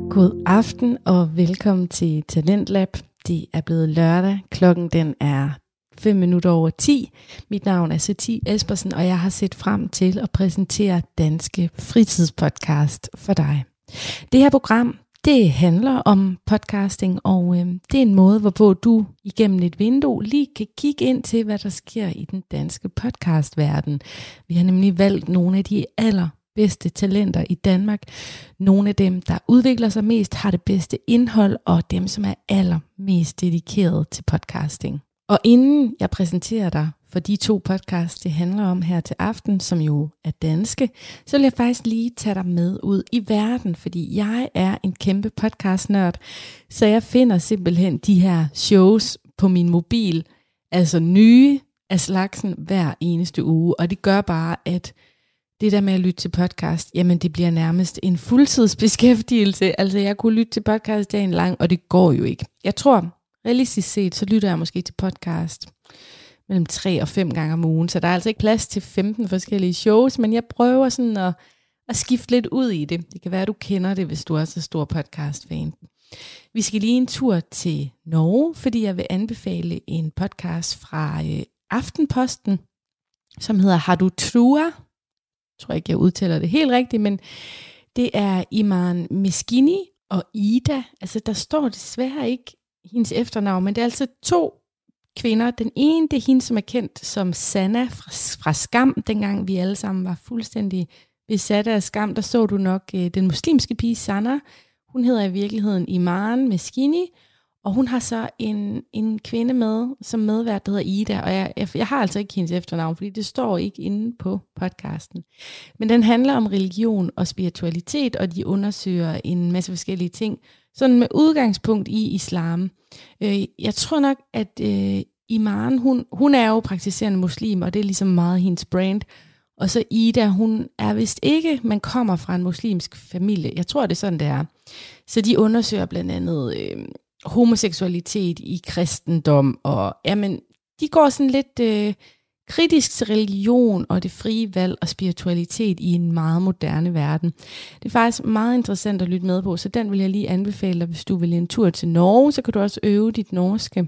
God aften og velkommen til Talentlab. Det er blevet lørdag. Klokken den er 10:05. Mit navn er Sati Espersen, og jeg har set frem til at præsentere Danske Fritidspodcast for dig. Det her program, det handler om podcasting, og det er en måde, hvorpå du igennem et vindue lige kan kigge ind til, hvad der sker i den danske podcastverden. Vi har nemlig valgt nogle af de allerbedste talenter i Danmark. Nogle af dem, der udvikler sig mest, har det bedste indhold, og dem, som er allermest dedikeret til podcasting. Og inden jeg præsenterer dig for de 2 podcasts, det handler om her til aften, som jo er danske, så vil jeg faktisk lige tage dig med ud i verden, fordi jeg er en kæmpe podcastnørd, så jeg finder simpelthen de her shows på min mobil, altså nye af slagsen hver eneste uge, og det gør bare, at det der med at lytte til podcast, jamen det bliver nærmest en fuldtidsbeskæftigelse. Altså jeg kunne lytte til podcast dagen lang, og det går jo ikke. Jeg tror, realistisk set, så lytter jeg måske til podcast mellem 3 og 5 gange om ugen. Så der er altså ikke plads til 15 forskellige shows, men jeg prøver sådan at skifte lidt ud i det. Det kan være, at du kender det, hvis du er så stor podcast-fan. Vi skal lige en tur til Norge, fordi jeg vil anbefale en podcast fra Aftenposten, som hedder Har du Trua? Jeg tror ikke, jeg udtaler det helt rigtigt, men det er Iman Meskini og Ida. Altså, der står desværre ikke hendes efternavn, men det er altså 2 kvinder. Den ene, det er hende, som er kendt som Sanna fra Skam. Dengang vi alle sammen var fuldstændig besatte af Skam, der så du nok den muslimske pige Sanna. Hun hedder i virkeligheden Iman Meskini, og hun har så en kvinde med som medvært, der hedder Ida, og jeg har altså ikke hendes efternavn, fordi det står ikke inde på podcasten. Men den handler om religion og spiritualitet, og de undersøger en masse forskellige ting, sådan med udgangspunkt i islam. Jeg tror nok, at Iman, hun er jo praktiserende muslim, og det er ligesom meget hendes brand. Og så Ida, hun er vist ikke, man kommer fra en muslimsk familie. Jeg tror, det er sådan, det er. Så de undersøger blandt andet homoseksualitet i kristendom, og jamen, de går sådan lidt kritisk til religion og det frie valg og spiritualitet i en meget moderne verden. Det er faktisk meget interessant at lytte med på, så den vil jeg lige anbefale dig, hvis du vil en tur til Norge, så kan du også øve dit norske.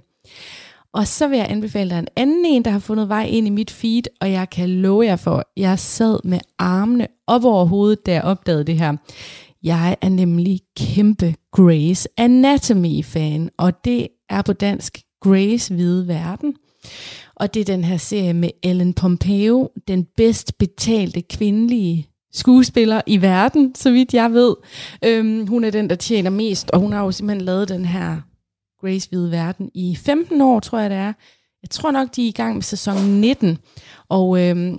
Og så vil jeg anbefale dig en anden en, der har fundet vej ind i mit feed, og jeg kan love jer for, jeg sad med armene op over hovedet, da jeg opdagede det her. Jeg er nemlig kæmpe Grey's Anatomy-fan, og det er på dansk Grey's Hvide Verden. Og det er den her serie med Ellen Pompeo, den bedst betalte kvindelige skuespiller i verden, så vidt jeg ved. Hun er den, der tjener mest, og hun har jo simpelthen lavet den her Grey's Hvide Verden i 15 år, tror jeg det er. Jeg tror nok, de er i gang med sæson 19, og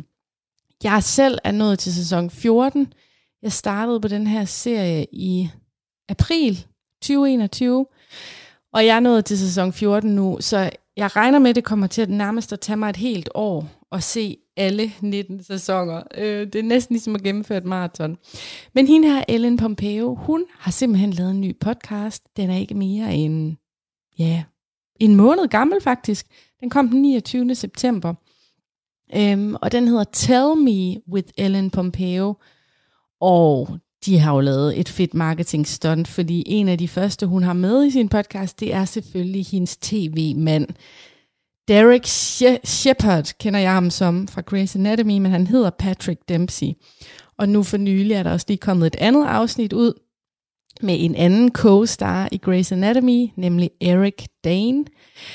jeg selv er nået til sæson 14. Jeg startede på den her serie i april 2021, og jeg er nået til sæson 14 nu, så jeg regner med, at det kommer til at nærmest at tage mig et helt år at se alle 19 sæsoner. Det er næsten ligesom at gennemføre et maraton. Men hende her, Ellen Pompeo, hun har simpelthen lavet en ny podcast. Den er ikke mere end en måned gammel faktisk. Den kom den 29. september. Og den hedder Tell Me with Ellen Pompeo. Og de har jo lavet et fedt marketing stunt, fordi en af de første, hun har med i sin podcast, det er selvfølgelig hendes tv-mand. Derek Shepherd kender jeg ham som fra Grey's Anatomy, men han hedder Patrick Dempsey. Og nu for nylig er der også lige kommet et andet afsnit ud med en anden co-star i Grey's Anatomy, nemlig Eric Dane,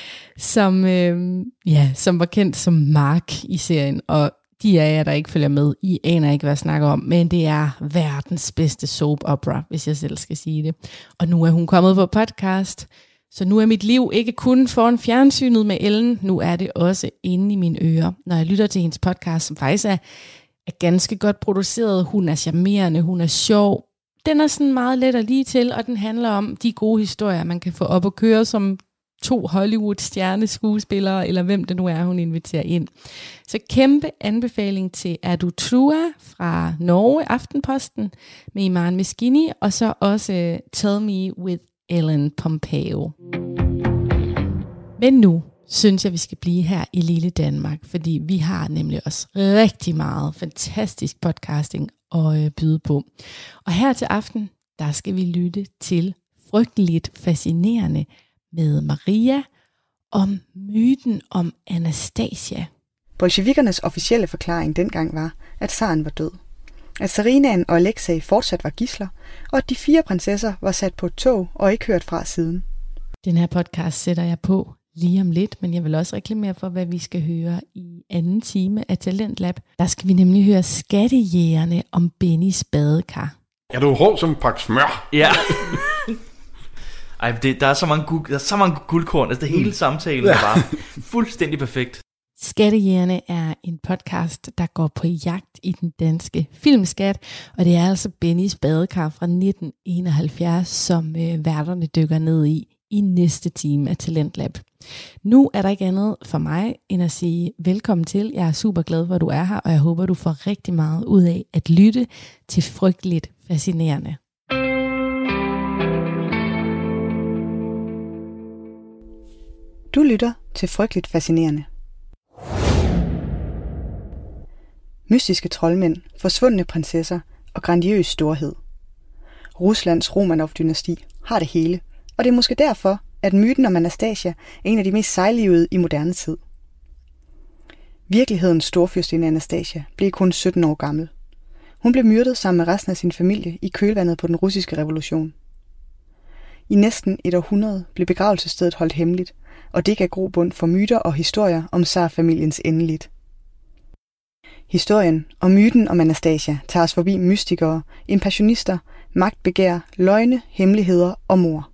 som var kendt som Mark i serien. Og de af jer, der ikke følger med, I aner ikke, hvad jeg snakker om, men det er verdens bedste soap opera, hvis jeg selv skal sige det. Og nu er hun kommet på podcast, så nu er mit liv ikke kun foran fjernsynet med Ellen, nu er det også inde i mine ører, når jeg lytter til hendes podcast, som faktisk er ganske godt produceret. Hun er charmerende, hun er sjov. Den er sådan meget let at lige til, og den handler om de gode historier, man kan få op at køre som 2 Hollywood-stjerneskuespillere, eller hvem det nu er, hun inviterer ind. Så kæmpe anbefaling til Er du Trua fra Norge, Aftenposten, med Iman Meskini, og så også Tell Me with Ellen Pompeo. Men nu synes jeg, vi skal blive her i lille Danmark, fordi vi har nemlig også rigtig meget fantastisk podcasting at byde på. Og her til aften, der skal vi lytte til Frygteligt Fascinerende med Maria om myten om Anastasia. Bolsjevikkernes officielle forklaring dengang var, at zaren var død. At Zarinaen og Alexei fortsat var gidsler, og at de 4 prinsesser var sat på et tog og ikke hørt fra siden. Den her podcast sætter jeg på lige om lidt, men jeg vil også reklamere for, hvad vi skal høre i anden time af Talentlab. Der skal vi nemlig høre Skattejægerne om Bennys badekar. Er du rå som en pakke smør? Ja. Ej, der er så mange guldkorn. Altså det hele samtalen er bare fuldstændig perfekt. Skattejægerne er en podcast, der går på jagt i den danske filmskat, og det er altså Bennys badekar fra 1971, som værterne dykker ned i næste time af Talentlab. Nu er der ikke andet for mig end at sige velkommen til. Jeg er super glad for, at du er her, og jeg håber, du får rigtig meget ud af at lytte til Frygteligt Fascinerende. Du lytter til Frygteligt Fascinerende. Mystiske troldmænd, forsvundne prinsesser og grandiøs storhed. Ruslands Romanov-dynasti har det hele, og det er måske derfor, at myten om Anastasia er en af de mest sejlivede i moderne tid. Virkelighedens storfyrstinde Anastasia blev kun 17 år gammel. Hun blev myrdet sammen med resten af sin familie i kølvandet på den russiske revolution. I næsten et århundrede blev begravelsesstedet holdt hemmeligt, og det gav grobund for myter og historier om zarfamiliens endeligt. Historien og myten om Anastasia tager os forbi mystikere, impressionister, magtbegær, løgne, hemmeligheder og mord.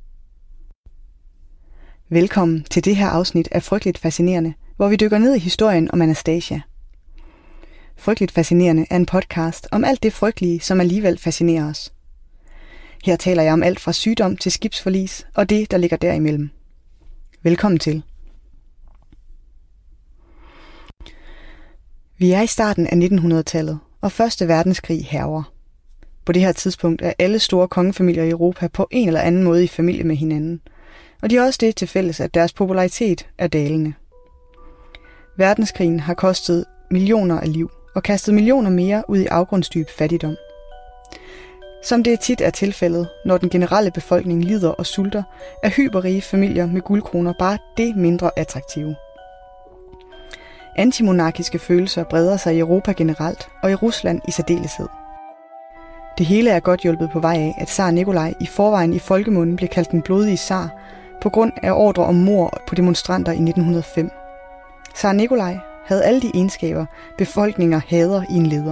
Velkommen til det her afsnit af Frygteligt Fascinerende, hvor vi dykker ned i historien om Anastasia. Frygteligt Fascinerende er en podcast om alt det frygtelige, som alligevel fascinerer os. Her taler jeg om alt fra sygdom til skibsforlis og det, der ligger derimellem. Velkommen til. Vi er i starten af 1900-tallet, og Første Verdenskrig hærger. På det her tidspunkt er alle store kongefamilier i Europa på en eller anden måde i familie med hinanden, og de har også det til fælles, at deres popularitet er dalende. Verdenskrigen har kostet millioner af liv og kastet millioner mere ud i afgrundsdyb fattigdom. Som det tit er tilfældet, når den generelle befolkning lider og sulter, er hyperrige familier med guldkroner bare det mindre attraktive. Antimonarkiske følelser breder sig i Europa generelt, og i Rusland i særdeleshed. Det hele er godt hjulpet på vej af, at zar Nikolaj i forvejen i folkemunden blev kaldt den blodige zar, på grund af ordre om mord på demonstranter i 1905. Zar Nikolaj havde alle de egenskaber, befolkninger hader i en leder.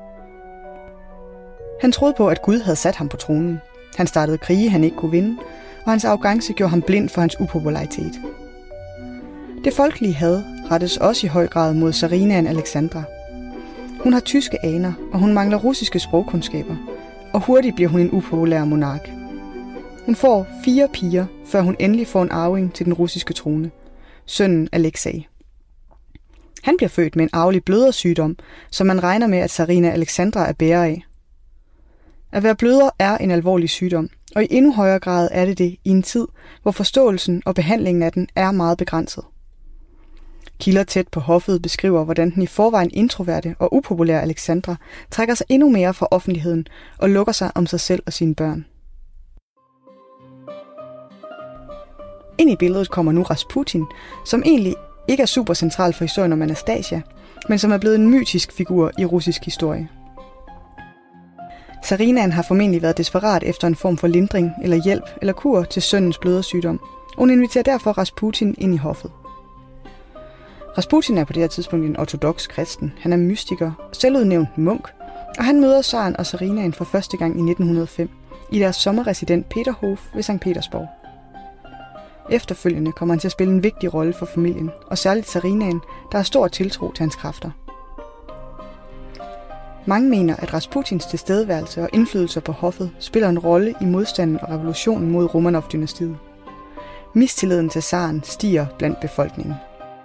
Han troede på, at Gud havde sat ham på tronen. Han startede krige, han ikke kunne vinde, og hans arrogance gjorde ham blind for hans upopularitet. Det folkelige had rettes også i høj grad mod Zarinaen Alexandra. Hun har tyske aner, og hun mangler russiske sprogkundskaber, og hurtigt bliver hun en upopulær monark. Hun får 4 piger, før hun endelig får en arving til den russiske trone, sønnen Alexei. Han bliver født med en arvelig blødersygdom, som man regner med, at Zarina Alexandra er bærer af. At være bløder er en alvorlig sygdom, og i endnu højere grad er det i en tid, hvor forståelsen og behandlingen af den er meget begrænset. Kilder tæt på hoffet beskriver, hvordan den i forvejen introverte og upopulære Alexandra trækker sig endnu mere fra offentligheden og lukker sig om sig selv og sine børn. Ind i billedet kommer nu Rasputin, som egentlig ikke er super central for historien om Anastasia, men som er blevet en mytisk figur i russisk historie. Zarinaen har formentlig været desperat efter en form for lindring eller hjælp eller kur til sønnens blødersygdom, og hun inviterer derfor Rasputin ind i hoffet. Rasputin er på det her tidspunkt en ortodoks kristen. Han er mystiker og selvudnævnt munk, og han møder zaren og Zarinaen for første gang i 1905 i deres sommerresident Peterhof ved Sankt Petersborg. Efterfølgende kommer han til at spille en vigtig rolle for familien, og særligt Zarinaen, der har stor tiltro til hans kræfter. Mange mener, at Rasputins tilstedeværelse og indflydelse på hoffet spiller en rolle i modstanden og revolutionen mod Romanov-dynastiet. Mistilliden til zaren stiger blandt befolkningen.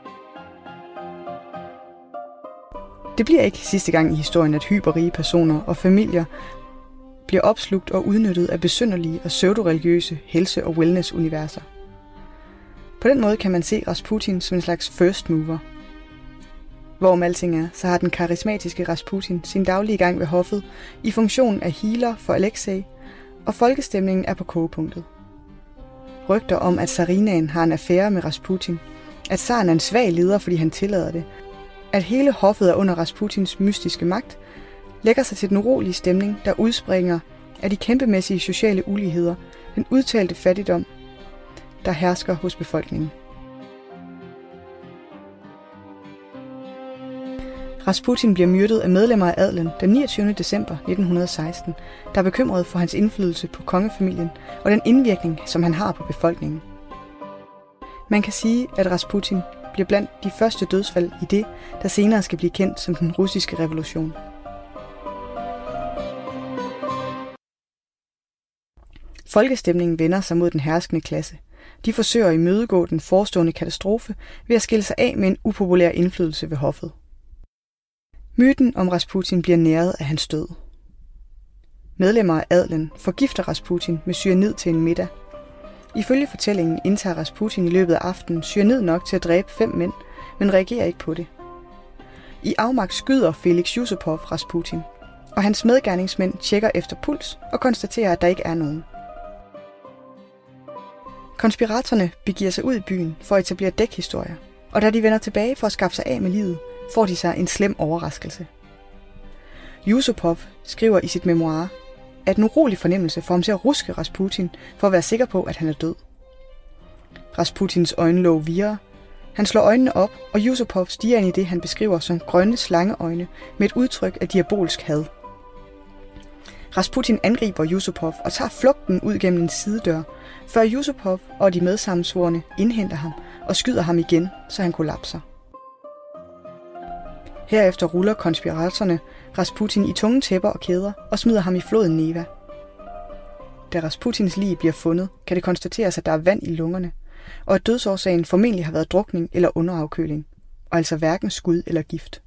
Det bliver ikke sidste gang i historien, at hyperrige personer og familier bliver opslugt og udnyttet af besynderlige og pseudoreligiøse helse- og wellness-universer. På den måde kan man se Rasputin som en slags first mover. Hvorom alting er, så har den karismatiske Rasputin sin daglige gang ved hoffet i funktion af healer for Alexei og folkestemningen er på kogepunktet. Rygter om, at Zarinaen har en affære med Rasputin, at zaren er en svag leder, fordi han tillader det, at hele hoffet er under Rasputins mystiske magt, lægger sig til den urolige stemning, der udspringer af de kæmpemæssige sociale uligheder, den udtalte fattigdom, der hersker hos befolkningen. Rasputin bliver myrdet af medlemmer af adelen den 29. december 1916, der er bekymret for hans indflydelse på kongefamilien og den indvirkning, som han har på befolkningen. Man kan sige, at Rasputin bliver blandt de første dødsfald i det, der senere skal blive kendt som den russiske revolution. Folkestemningen vender sig mod den herskende klasse. De forsøger at imødegå den forestående katastrofe ved at skille sig af med en upopulær indflydelse ved hoffet. Myten om Rasputin bliver næret af hans død. Medlemmer af adelen forgifter Rasputin med cyanid til en middag. Ifølge fortællingen indtager Rasputin i løbet af aftenen cyanid nok til at dræbe 5 mænd, men reagerer ikke på det. I afmagt skyder Felix Yusupov Rasputin, og hans medgerningsmænd tjekker efter puls og konstaterer, at der ikke er nogen. Konspiratorerne begiver sig ud i byen for at etablere dækhistorier, og da de vender tilbage for at skaffe sig af med livet, får de sig en slem overraskelse. Yusupov skriver i sit memoir, at en urolig fornemmelse får ham til at ruske Rasputin for at være sikker på, at han er død. Rasputins øjenlåg virrer. Han slår øjnene op, og Yusupov stiger ind i det, han beskriver som grønne slangeøjne med et udtryk af diabolsk had. Rasputin angriber Yusupov og tager flugten ud gennem en sidedør, før Yusupov og de medsammensvorne indhenter ham og skyder ham igen, så han kollapser. Herefter ruller konspiratorerne Rasputin i tunge tæpper og kæder og smider ham i floden Neva. Da Rasputins lig bliver fundet, kan det konstateres, at der er vand i lungerne, og at dødsårsagen formentlig har været drukning eller underafkøling, og altså hverken skud eller gift.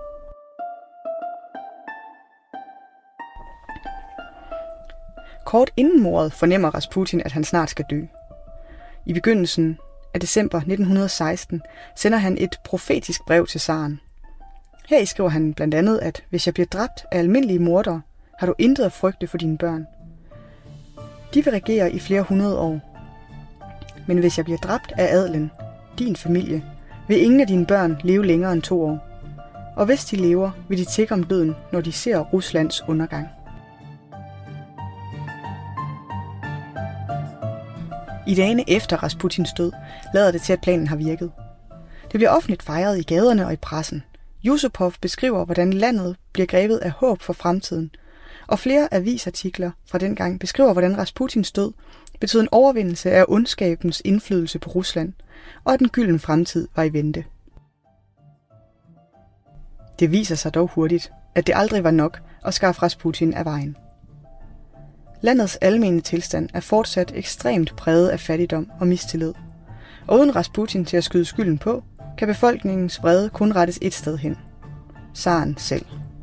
Kort inden mordet fornemmer Rasputin, at han snart skal dø. I begyndelsen af december 1916 sender han et profetisk brev til zaren. Her skriver han blandt andet, at hvis jeg bliver dræbt af almindelige mordere, har du intet at frygte for dine børn. De vil regere i flere 100 år. Men hvis jeg bliver dræbt af adelen, din familie, vil ingen af dine børn leve længere end 2 år. Og hvis de lever, vil de tikke om døden, når de ser Ruslands undergang. I dagene efter Rasputins død lader det til, at planen har virket. Det bliver offentligt fejret i gaderne og i pressen. Yusupov beskriver, hvordan landet bliver grebet af håb for fremtiden, og flere avisartikler fra dengang beskriver, hvordan Rasputins død betød en overvindelse af ondskabens indflydelse på Rusland, og at den gyldne fremtid var i vente. Det viser sig dog hurtigt, at det aldrig var nok at skaffe Rasputin af vejen. Landets almene tilstand er fortsat ekstremt præget af fattigdom og mistillid, og uden Rasputin til at skyde skylden på, kan befolkningens vrede kun rettes et sted hen. Zaren selv.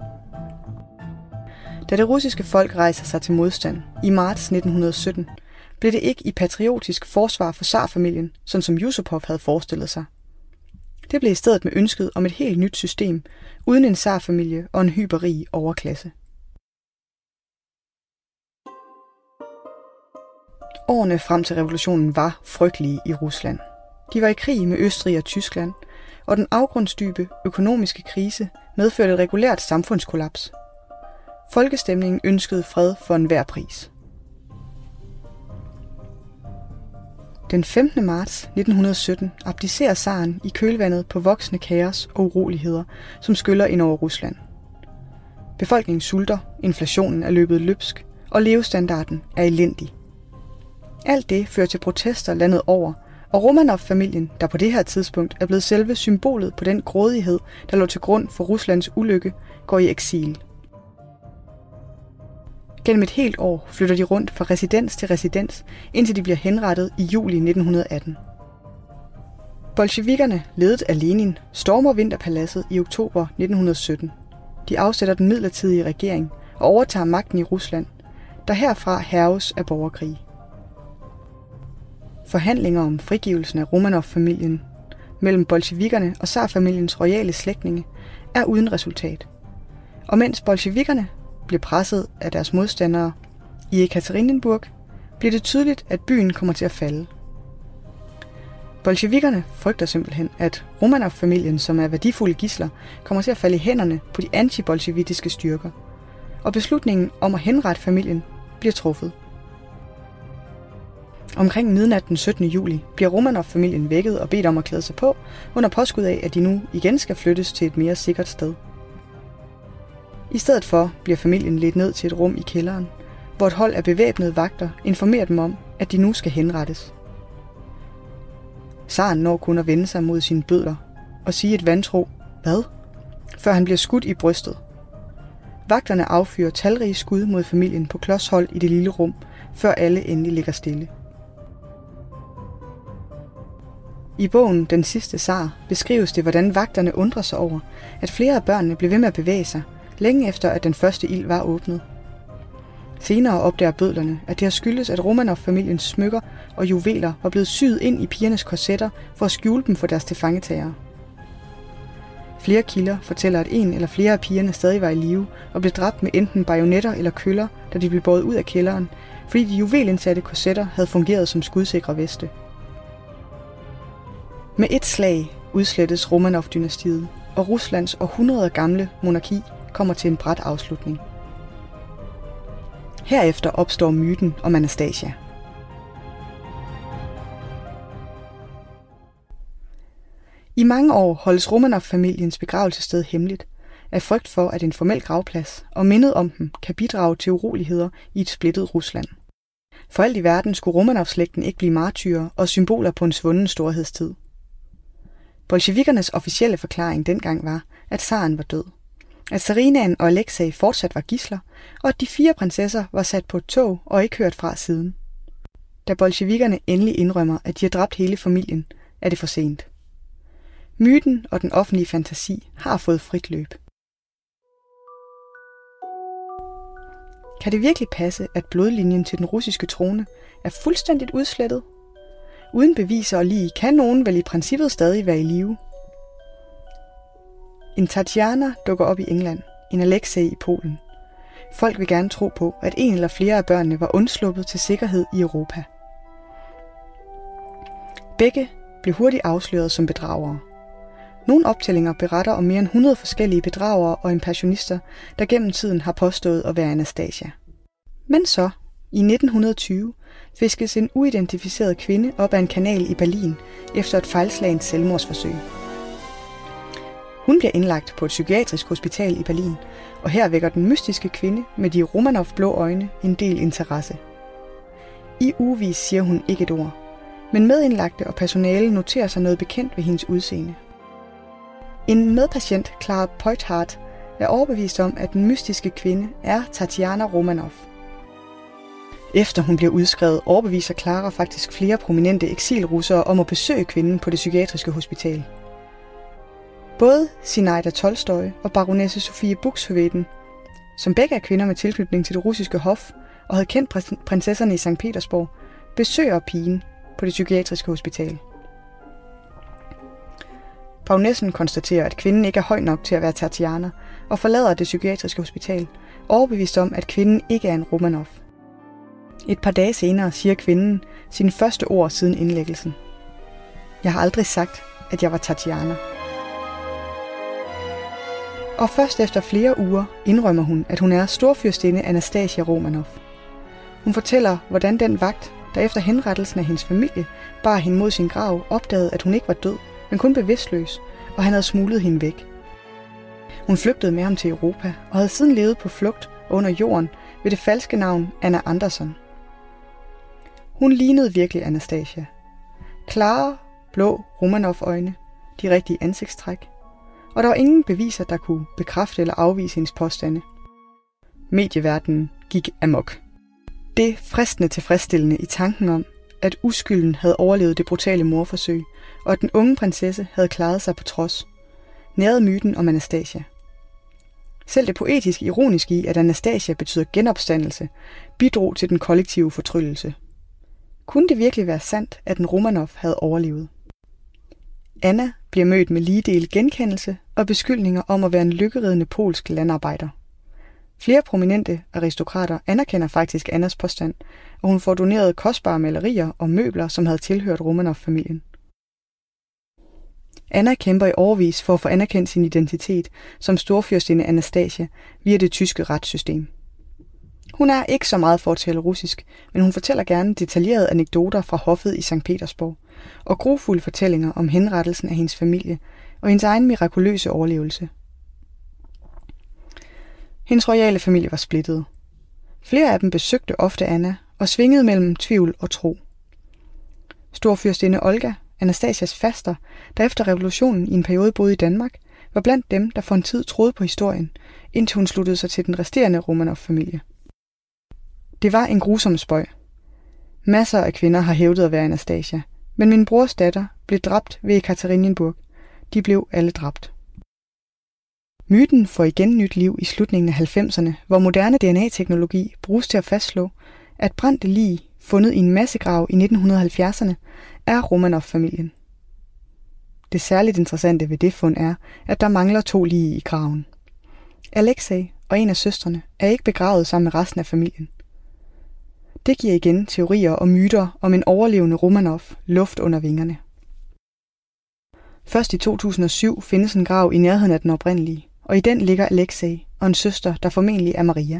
Da det russiske folk rejser sig til modstand i marts 1917, blev det ikke i patriotisk forsvar for zarfamilien, sådan som Yusupov havde forestillet sig. Det blev i stedet med ønsket om et helt nyt system, uden en zarfamilie og en hyperrig overklasse. Årene frem til revolutionen var frygtelige i Rusland. De var i krig med Østrig og Tyskland, og den afgrundsdybe økonomiske krise medførte et regulært samfundskollaps. Folkestemningen ønskede fred for enhver pris. Den 15. marts 1917 abdicerer zaren i kølvandet på voksende kaos og uroligheder, som skyller ind over Rusland. Befolkningen sulter, inflationen er løbet løbsk, og levestandarden er elendig. Alt det fører til protester landet over, og Romanov-familien, der på det her tidspunkt er blevet selve symbolet på den grådighed, der lå til grund for Ruslands ulykke, går i eksil. Gennem et helt år flytter de rundt fra residens til residens, indtil de bliver henrettet i juli 1918. Bolsjevikkerne, ledet af Lenin, stormer Vinterpaladset i oktober 1917. De afsætter den midlertidige regering og overtager magten i Rusland, der herfra hærges af borgerkrig. Forhandlinger om frigivelsen af Romanov-familien mellem bolsjevikkerne og zarfamiliens royale slægtninge er uden resultat. Og mens bolsjevikkerne bliver presset af deres modstandere, I Ekaterinenburg bliver det tydeligt, at byen kommer til at falde. Bolsjevikkerne frygter simpelthen, at Romanov-familien, som er værdifulde gidsler, kommer til at falde i hænderne på de anti-bolsjevitiske styrker, og beslutningen om at henrette familien bliver truffet. Omkring midnat den 17. juli bliver Romanov-familien vækket og bedt om at klæde sig på, under påskud af, at de nu igen skal flyttes til et mere sikkert sted. I stedet for bliver familien ledt ned til et rum i kælderen, hvor et hold af bevæbnede vagter informerer dem om, at de nu skal henrettes. Zaren når kun at vende sig mod sine bødler og sige et vantro "hvad?", før han bliver skudt i brystet. Vagterne affyrer talrige skud mod familien på klodshold i det lille rum, før alle endelig ligger stille. I bogen Den sidste zar beskrives det, hvordan vagterne undrer sig over, at flere af børnene blev ved med at bevæge sig, længe efter at den første ild var åbnet. Senere opdager bødlerne, at det har skyldes, at Romanov-familiens smykker og juveler var blevet syet ind i pigernes korsetter for at skjule dem for deres tilfangetagere. Flere kilder fortæller, at en eller flere af pigerne stadig var i live og blev dræbt med enten bajonetter eller køller, da de blev båret ud af kælderen, fordi de juvelindsatte korsetter havde fungeret som skudsikre veste. Med et slag udslettes Romanov-dynastiet, og Ruslands århundreder gamle monarki kommer til en brat afslutning. Herefter opstår myten om Anastasia. I mange år holdes Romanov-familiens begravelsessted hemmeligt, af frygt for, at en formel gravplads og mindet om dem kan bidrage til uroligheder i et splittet Rusland. For alt i verden skulle Romanov-slægten ikke blive martyrer og symboler på en svunden storhedstid. Bolsjevikkernes officielle forklaring dengang var, at zaren var død, at Tsarinaen og Alexei fortsat var gidsler, og at de 4 prinsesser var sat på et tog og ikke hørt fra siden. Da bolsjevikkerne endelig indrømmer, at de har dræbt hele familien, er det for sent. Myten og den offentlige fantasi har fået frit løb. Kan det virkelig passe, at blodlinjen til den russiske trone er fuldstændigt udslettet? Uden beviser og lig kan nogen vel i princippet stadig være i live. En Tatjana dukker op i England, en Alexei i Polen. Folk vil gerne tro på, at en eller flere af børnene var undsluppet til sikkerhed i Europa. Begge blev hurtigt afsløret som bedragere. Nogle optællinger beretter om mere end 100 forskellige bedragere og impressionister, der gennem tiden har påstået at være Anastasia. Men så, i 1920, fiskes en uidentificeret kvinde op af en kanal i Berlin efter et fejlslagent selvmordsforsøg. Hun bliver indlagt på et psykiatrisk hospital i Berlin, og her vækker den mystiske kvinde med de Romanov-blå øjne en del interesse. I ugevis siger hun ikke et ord, men medindlagte og personale noterer sig noget bekendt ved hendes udseende. En medpatient, Clara Poithardt, er overbevist om, at den mystiske kvinde er Tatiana Romanov. Efter hun bliver udskrevet, overbeviser Clara faktisk flere prominente eksilrussere om at besøge kvinden på det psykiatriske hospital. Både Zinaida Tolstoj og baronesse Sofie Buxhoveden, som begge er kvinder med tilknytning til det russiske hof og havde kendt prinsesserne i Sankt Petersborg, besøger pigen på det psykiatriske hospital. Baronessen konstaterer, at kvinden ikke er høj nok til at være Tatiana, og forlader det psykiatriske hospital, overbevist om, at kvinden ikke er en Romanov. Et par dage senere siger kvinden sine første ord siden indlæggelsen. Jeg har aldrig sagt, at jeg var Tatiana. Og først efter flere uger indrømmer hun, at hun er storfyrstinde Anastasia Romanov. Hun fortæller, hvordan den vagt, der efter henrettelsen af hendes familie bar hende mod sin grav, opdagede, at hun ikke var død, men kun bevidstløs, og han havde smuglet hende væk. Hun flygtede med ham til Europa, og havde siden levet på flugt under jorden ved det falske navn Anna Andersson. Hun lignede virkelig Anastasia. Klare, blå Romanov-øjne, de rigtige ansigtstræk, og der var ingen beviser, der kunne bekræfte eller afvise hendes påstande. Medieverdenen gik amok. Det fristende tilfredsstillende i tanken om, at uskylden havde overlevet det brutale mordforsøg, og at den unge prinsesse havde klaret sig på trods, nærede myten om Anastasia. Selv det poetisk ironiske i, at Anastasia betyder genopstandelse, bidrog til den kollektive fortryllelse. Kunne det virkelig være sandt, at en Romanov havde overlevet? Anna bliver mødt med ligedel genkendelse og beskyldninger om at være en lykkeridende polsk landarbejder. Flere prominente aristokrater anerkender faktisk Annas påstand, og hun får doneret kostbare malerier og møbler, som havde tilhørt Romanov-familien. Anna kæmper i årevis for at få anerkendt sin identitet som storfyrstinde Anastasia via det tyske retssystem. Hun er ikke så meget for at tale russisk, men hun fortæller gerne detaljerede anekdoter fra hoffet i Sankt Petersborg og grufulde fortællinger om henrettelsen af hendes familie og hendes egen mirakuløse overlevelse. Hendes royale familie var splittet. Flere af dem besøgte ofte Anna og svingede mellem tvivl og tro. Storfyrstinde Olga, Anastasias faster, der efter revolutionen i en periode boede i Danmark, var blandt dem, der for en tid troede på historien, indtil hun sluttede sig til den resterende Romanov-familie. Det var en grusom spøg. Masser af kvinder har hævdet at være Anastasia, men min brors datter blev dræbt ved Ekaterinenburg. De blev alle dræbt. Myten får igen nyt liv i slutningen af 90'erne, hvor moderne DNA-teknologi bruges til at fastslå, at brændte lig, fundet i en massegrav i 1970'erne, er Romanov-familien. Det særligt interessante ved det fund er, at der mangler 2 lig i graven. Alexei og en af søstrene er ikke begravet sammen med resten af familien. Det giver igen teorier og myter om en overlevende Romanov luft under vingerne. Først i 2007 findes en grav i nærheden af den oprindelige, og i den ligger Alexei og en søster, der formentlig er Maria.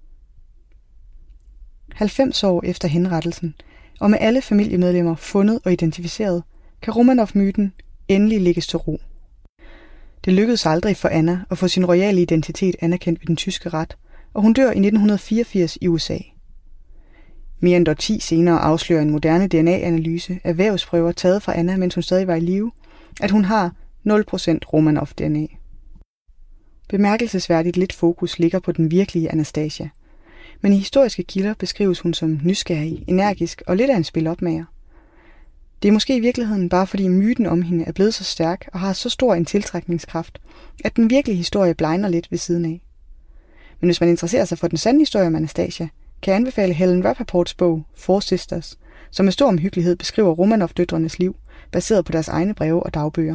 90 år efter henrettelsen, og med alle familiemedlemmer fundet og identificeret, kan Romanov-myten endelig lægges til ro. Det lykkedes aldrig for Anna at få sin royale identitet anerkendt ved den tyske ret, og hun dør i 1984 i USA. Mere end 10 senere afslører en moderne DNA-analyse af vævsprøver taget fra Anna, mens hun stadig var i live, at hun har 0% Romanov-DNA. Bemærkelsesværdigt lidt fokus ligger på den virkelige Anastasia, men i historiske kilder beskrives hun som nysgerrig, energisk og lidt af en spilopmager. Det er måske i virkeligheden bare fordi myten om hende er blevet så stærk og har så stor en tiltrækningskraft, at den virkelige historie blegner lidt ved siden af. Men hvis man interesserer sig for den sande historie om Anastasia, kan jeg anbefale Helen Rappaports bog Four Sisters, som med stor omhyggelighed beskriver Romanov-døtrenes liv, baseret på deres egne breve og dagbøger.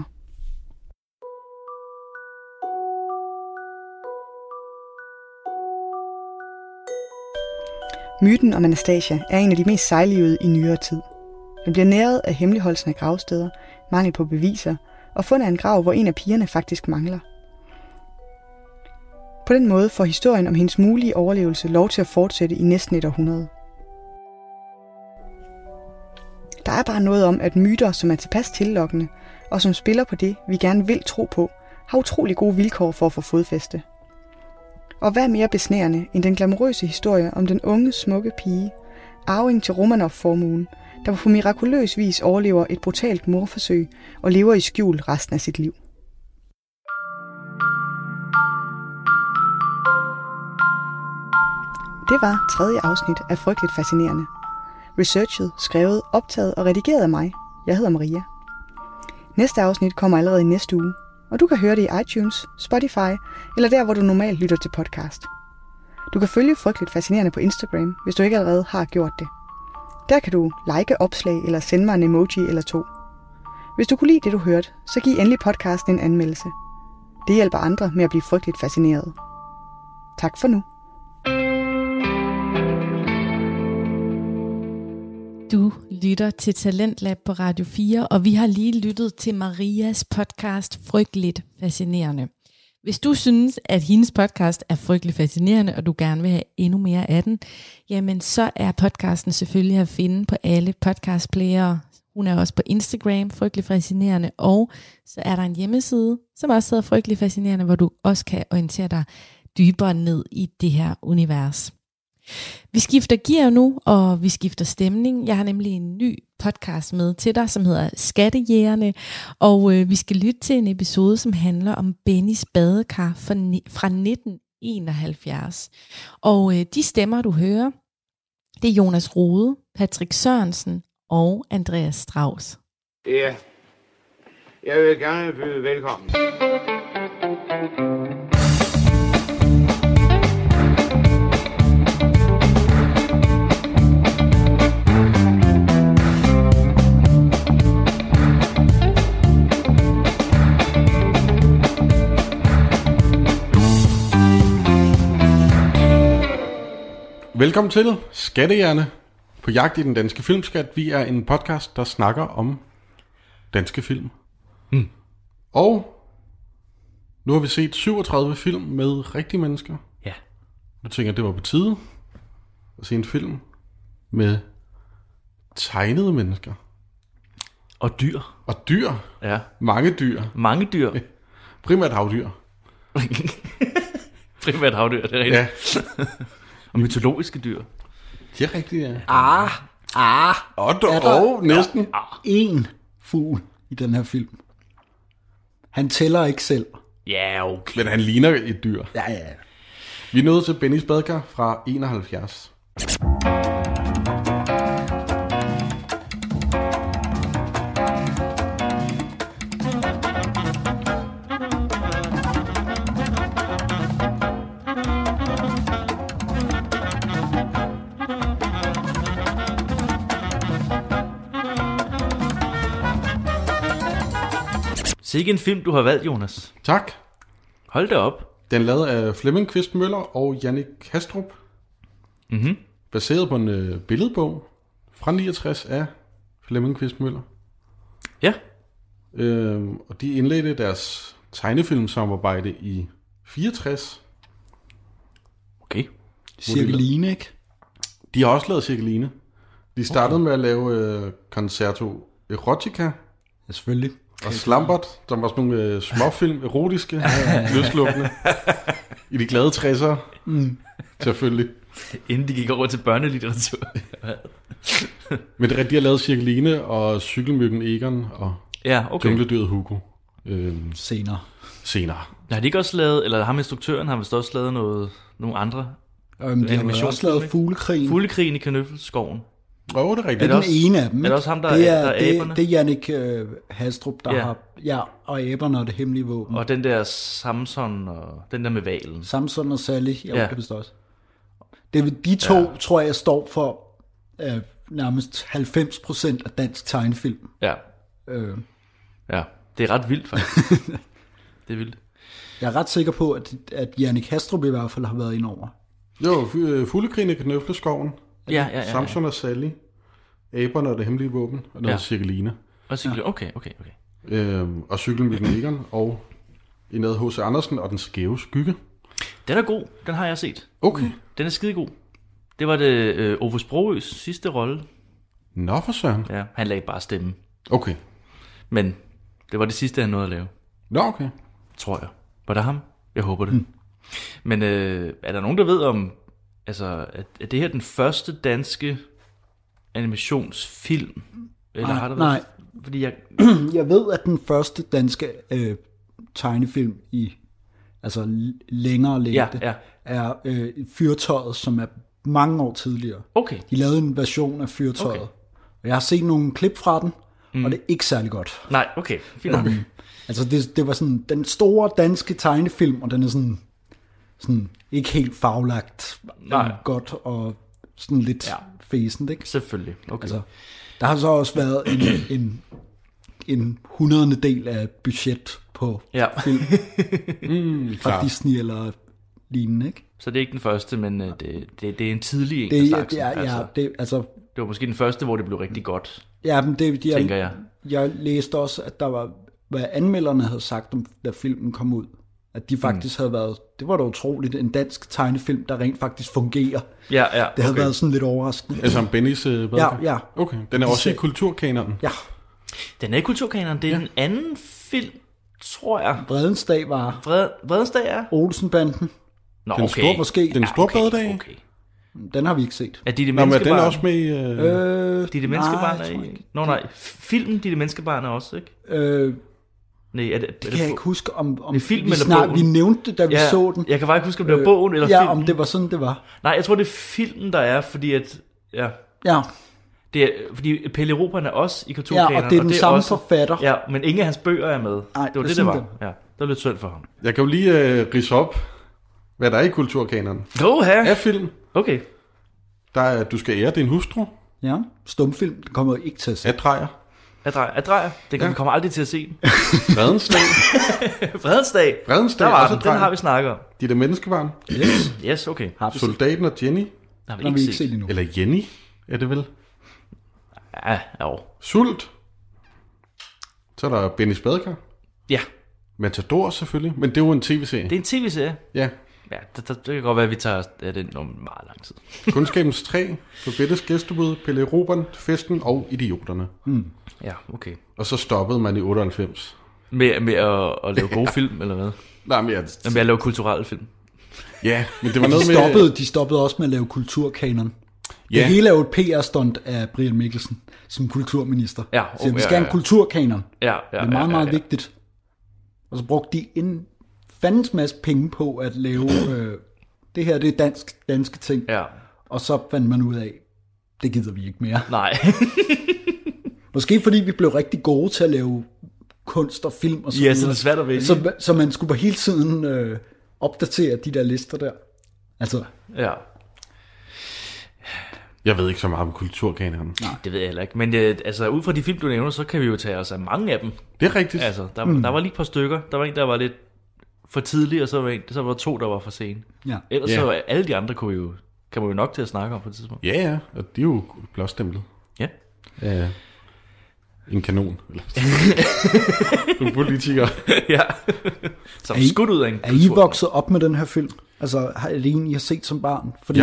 Myten om Anastasia er en af de mest sejlivede i nyere tid. Den bliver næret af hemmeligholdelsen af gravsteder, mangel på beviser og fundet af en grav, hvor en af pigerne faktisk mangler. På den måde får historien om hendes mulige overlevelse lov til at fortsætte i næsten et århundrede. Der er bare noget om, at myter, som er tilpas tillokkende, og som spiller på det, vi gerne vil tro på, har utrolig gode vilkår for at få fodfæste. Og hvad er mere besnærende end den glamourøse historie om den unge, smukke pige, arving til Romanov-formuen, der på mirakuløs vis overlever et brutalt mordforsøg og lever i skjul resten af sit liv. Det var 3. afsnit af Frygteligt Fascinerende. Researchet, skrevet, optaget og redigeret af mig. Jeg hedder Maria. Næste afsnit kommer allerede i næste uge, og du kan høre det i iTunes, Spotify eller der, hvor du normalt lytter til podcast. Du kan følge Frygteligt Fascinerende på Instagram, hvis du ikke allerede har gjort det. Der kan du like opslag eller sende mig en emoji eller 2. Hvis du kunne lide det, du hørte, så giv endelig podcasten en anmeldelse. Det hjælper andre med at blive frygteligt fascineret. Tak for nu. Du lytter til Talentlab på Radio 4, og vi har lige lyttet til Marias podcast Frygteligt Fascinerende. Hvis du synes, at hendes podcast er frygteligt fascinerende, og du gerne vil have endnu mere af den, jamen så er podcasten selvfølgelig at finde på alle podcastplayere. Hun er også på Instagram, Frygteligt Fascinerende, og så er der en hjemmeside, som også hedder Frygteligt Fascinerende, hvor du også kan orientere dig dybere ned i det her univers. Vi skifter gear nu, og vi skifter stemning. Jeg har nemlig en ny podcast med til dig, som hedder Skattejægerne, og vi skal lytte til en episode, som handler om Bennys badekar fra 1971. Og de stemmer, du hører, det er Jonas Rode, Patrick Sørensen og Andreas Strauss. Ja, jeg vil gerne byde velkommen. Velkommen til Skattejerne på jagt i den danske filmskat. Vi er en podcast, der snakker om danske film. Og nu har vi set 37 film med rigtige mennesker. Ja. Nu tænker jeg, det var på tide at se en film med tegnede mennesker. Og dyr. Og dyr. Ja. Mange dyr. Mange dyr. Primært havdyr. Primært havdyr, det er rigtigt. Ja. Og mytologiske dyr. Det er rigtigt, ja. Næsten. En fugl i den her film. Han tæller ikke selv. Ja, okay. Men han ligner et dyr. Ja. Vi er nået til Bennys badkar fra 71. Sikke en film, du har valgt, Jonas. Tak. Hold da op. Den er lavet af Flemming Kvist Møller og Jannik Hastrup. Mhm. Baseret på en billedbog fra 69 af Flemming Kvist Møller. Ja. Og de indledte deres tegnefilmsamarbejde i 64. Okay. Cirkeline, ikke? De har også lavet Cirkeline. De startede med at lave Concerto Erotica Ja, selvfølgelig. og Slambert, som var sådan nogle småfilm, erotiske, løslukkende, i de glade 60'ere. Selvfølgelig. Inden de gik over til børnelitteratur. Men det er rigtigt, de har lavet Cirkeline og Cykelmyggen Egon og Ja, okay. Jungledyret Hugo Senere. senere. Har de ikke også lavet, eller ham instruktøren har vist også lavet nogle andre? De har også lavet Fuglekrigen. Fuglekrigen i Kanøffelskoven. Det er rigtigt. Det er den også- ene af dem. er det ikke? også ham, der det er aberne? Det er Jannik Hastrup, der Ja. har... Ja, og aberne og det hemmelige våben. Og den der Samson og den der med valen. Samson og Sally, Ja. det vist også. De to, tror jeg, står for nærmest 90% af dansk tegnefilm. Ja, ja. Det er ret vildt, faktisk. Det er vildt. Jeg er ret sikker på, at Jannik Hastrup i hvert fald har været ind over. Jo, Fuglekrigen i Knøfleskoven, Ja. Samson og Sally, Aberne og det hemmelige våben, og noget Cirkeline. Og så, okay. Og Cykelmyggen Egon, og i noget H.C. Andersen og Den skæve skygge. Den er god. Den har jeg set. Okay. Den er skidegod. Det var det Ove Sprogøs sidste rolle. Nå for søren. Ja, han lagde bare stemme. Okay. Men det var det sidste, han nåede at lave. Nå, okay. Tror jeg. Var det ham? Jeg håber det. Men er der nogen, der ved om... Altså, er det her den første danske animationsfilm? Eller har der nej. været? Fordi jeg... Jeg ved, at den første danske tegnefilm i længere længde Ja. er Fyrtøjet, som er mange år tidligere. Okay. De lavede en version af Fyrtøjet. Okay. Og jeg har set nogle klip fra den, og det er ikke særlig godt. Nej, okay. Fint nok. Altså det var sådan den store danske tegnefilm, og den er sådan ikke helt faglagt godt og sådan lidt fæsent, ikke? Selvfølgelig. Okay. Altså, der har så også været en 100. del af budget på film fra klar. Disney eller lignende, ikke? Så det er ikke den første, men det er en tidlig en af Det, slagsen. det var måske den første, hvor det blev rigtig godt, men tænker jeg. Jeg læste også, at der var, hvad anmelderne havde sagt, da filmen kom ud, at de faktisk havde været, det var da utroligt, en dansk tegnefilm, der rent faktisk fungerer. Ja, Det havde været sådan lidt overraskende. Altså om Bennys badkar? Ja. Okay, den er også i kulturkanonen. Ja, Den er i kulturkanonen. Det er en anden film, tror jeg. Vredens Dag var Vredens Dag er? Olsenbanden. Nå, Den okay. store måske. Den store badedag? Okay. Den har vi ikke set. Er de det Nå, men den er menneskebarn? også med i... De det menneskebarn nej, er jeg tror i? ikke. Nå nej, filmen De det menneskebarn er også, ikke? Nej, er det Det kan jeg ikke huske, om det film eller bogen? vi nævnte det, da vi så den. Jeg kan bare ikke huske, om det var bogen eller filmen. om det var sådan, det var. Nej, jeg tror, det er filmen, der er, fordi at... Ja, Ja, det er, fordi Pelle Erobreren er også i kulturkanonen. og det er den samme også, forfatter. Ja, men ingen af hans bøger er med. Nej, det var det det er var. sådan Ja, det var lidt synd for ham. Jeg kan jo lige ridse op, hvad der er i kulturkanonen. Af film, Okay. der er Du skal ære din hustru, Ja, stumfilm, det kommer ikke til at se. Adrejer, Adrejer. Det kan vi kommer aldrig til at se den. Fredens Dag, Fredens Dag. Fredens Dag, Der var også den. Den har vi snakket om. De der menneskebarn, Yes, okay. Soldaten og Jenny, har vi ikke set endnu. Eller Jenny, er det vel? Ja, jo. Sult. Så er der Bennys Badekar. Ja. Matador selvfølgelig, men det er jo en tv-serie. Det er en tv-serie. Ja. Ja, det kan godt være, at vi tager den om meget lang tid. Kundskabens træ, Forbettes gæstebud, Pelle Robert, Festen og Idioterne. Ja, okay. Og så stoppede man i 98. Med at lave gode film, eller hvad? Nej, men Med at lave kulturelle film. Ja, men det var noget med... De stoppede også med at lave kulturkanon. Ja. Det hele er jo et PR-stunt af Brian Mikkelsen som kulturminister. Ja, så vi skal have en kulturkanon. Ja, det er meget vigtigt. Og så brugte de en fandens masse penge på at lave... det her, det er danske ting. Ja. Og så fandt man ud af, det gider vi ikke mere. Nej. Måske fordi vi blev rigtig gode til at lave kunst og film og sådan noget. Ja, så det er svært at vælge. Så man skulle på hele tiden opdatere de der lister der. Altså... Ja. Jeg ved ikke så meget om kulturkanonen. Nej, det ved jeg heller ikke. Men altså, ud fra de film, du nævner, så kan vi jo tage os af mange af dem. Det er rigtigt. Altså, der var lige et par stykker. Der var en, der var lidt for tidlig, og så var der 2, der var for sen. Ja. Ellers så alle de andre kan man jo nok til at snakke om på et tidspunkt. Ja, og de er jo blåstemplet. Ja. En kanon. En politiker. Ja. Som skudt ud af en kultur. Er I vokset op med den her film? Altså, er det en, I har set som barn? Fordi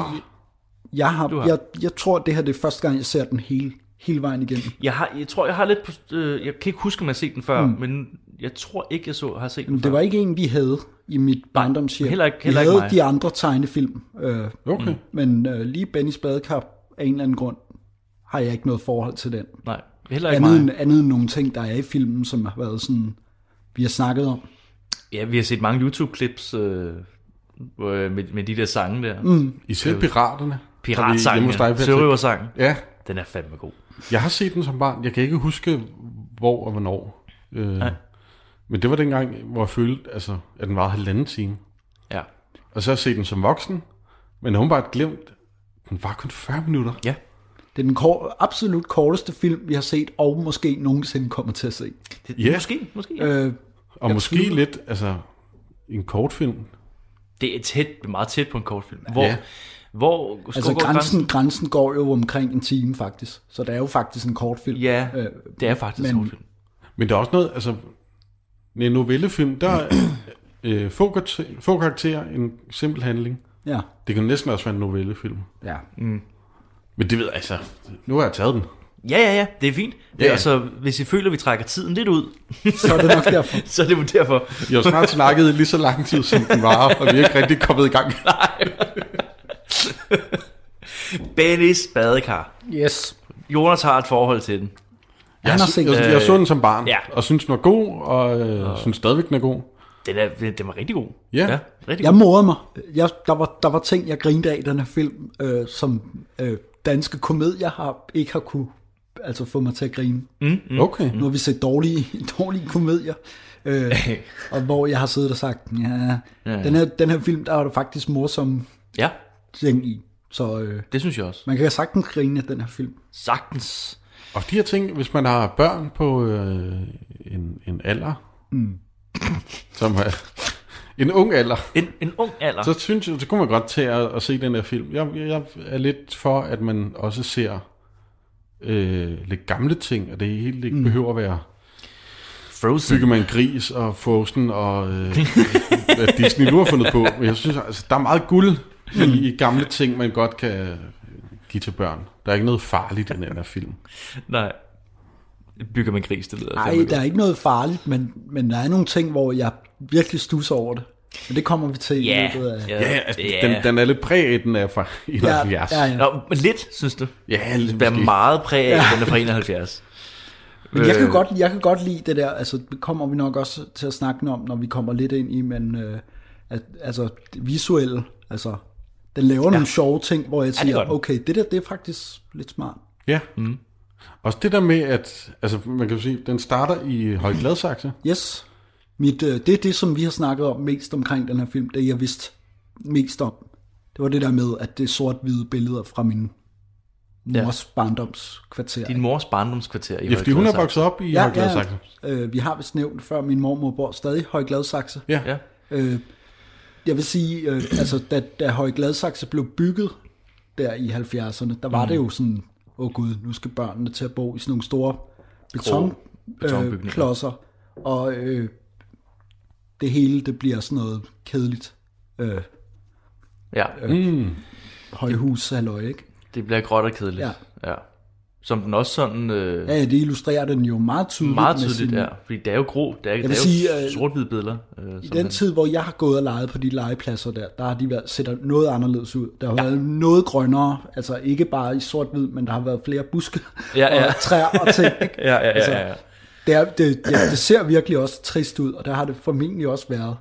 jeg tror, det her det er første gang, jeg ser den hele vejen igennem. Jeg tror, jeg har lidt... jeg kan ikke huske, om jeg har set den før, men jeg tror ikke, jeg har set den før. Det var ikke en, vi havde i mit barndomshjem. Heller vi havde ikke mig. De andre tegnefilm. Okay. Men lige Bennys Badekar af en eller anden grund, har jeg ikke noget forhold til den. Nej, heller ikke mig. Andet end nogle ting, der er i filmen, som har været sådan, vi har snakket om. Ja, vi har set mange YouTube-clips med de der sange der. Især Piraterne. Piratsangen, Sørøversangen. Ja. Den er fandme god. Jeg har set den som barn. Jeg kan ikke huske, hvor og hvornår. Men det var dengang, hvor jeg følte, at den varede 1,5 time. Ja. Og så har jeg set den som voksen. Men hun bare glemt, den var kun 40 minutter. Ja. Det er den absolut korteste film, vi har set, og måske nogensinde kommer til at se. Måske. Og måske lidt, en kortfilm. Det er meget tæt på en kortfilm. Hvor grænsen går jo omkring 1 time faktisk. Så det er jo faktisk en kortfilm. Ja, det er faktisk en kortfilm. Men der er også noget, en novellefilm, der er få karakterer, en simpel handling. Ja. Det kan næsten også være en novellefilm. Ja. Men det ved nu har jeg taget den. Ja, det er fint. Ja. Og så, hvis I føler, at vi trækker tiden lidt ud, så er det nok derfor. Så er det jo derfor. Vi har snart snakket lige så lang tid, som den var, og vi er ikke rigtig kommet i gang. Nej. Bennys Badekar. Yes. Jonas har et forhold til den. Jeg så den som barn, og synes den var god, og synes stadigvæk den er god. Den var rigtig god. Ja, rigtig jeg morede mig. Der var ting, jeg grinte af i den her film, som danske komedier ikke har kunne få mig til at grine. Okay. Nu har vi set dårlige komedier, og hvor jeg har siddet og sagt, den her film, der er der faktisk morsomme ting i. Så det synes jeg også. Man kan sagtens grine af den her film. Sagtens. Og de her ting, hvis man har børn på en alder, som er en ung alder, en ung alder, så synes jeg, så kunne man godt tage at se den her film. Jeg er lidt for, at man også ser lidt gamle ting, og det hele ikke behøver at være Frozen. Bygger man en gris og Frozen og hvad Disney nu har fundet på. Men jeg synes, der er meget guld i gamle ting, man godt kan give til børn. Der er ikke noget farligt i den her film. Nej. Bygger man gris, det lyder. Nej, der er ikke noget farligt, men der er nogle ting, hvor jeg virkelig stusser over det. Men det kommer vi til i løbet af... Den er lidt præg af, den er fra 71. Ja. Nå, lidt, synes du? Ja, lidt. Det er meget præg af, den er fra 71. Men jeg kan godt lide det der, det kommer vi nok også til at snakke om, når vi kommer lidt ind i, men visuelle, den laver nogle sjove ting, hvor jeg siger, okay, det der, det er faktisk lidt smart. Ja. Også det der med, at man kan jo sige, den starter i Høje Gladsaxe. Yes. Det er det, som vi har snakket om mest omkring den her film, det jeg vidste mest om. Det var det der med, at det er sort-hvide billeder fra min mors barndomskvarter. Din mors barndomskvarter i Høje Gladsaxe. Fordi hun er vokset op i Høje Gladsaxe. Vi har vist nævnt før, min mormor bor stadig i Høje Gladsaxe. Ja. Jeg vil sige, da Høje Gladsaxe blev bygget, der i 70'erne, der var det jo sådan, gud, nu skal børnene til at bo i sådan nogle store betonklodser, og det hele, det bliver sådan noget kedeligt. Højhus, halløj, ikke? Det bliver gråt og kedeligt. Ja. Som den også sådan... Ja, det illustrerer den jo meget tydeligt. Meget tydeligt, ja. Fordi det er jo grå. Det er jo sort-hvide billeder. I den tid, hvor jeg har gået og leget på de legepladser der har de set noget anderledes ud. Der har været noget grønnere, altså ikke bare i sort-hvid, men der har været flere buske og træer og ting. Ja. Det ser virkelig også trist ud, og der har det formentlig også været.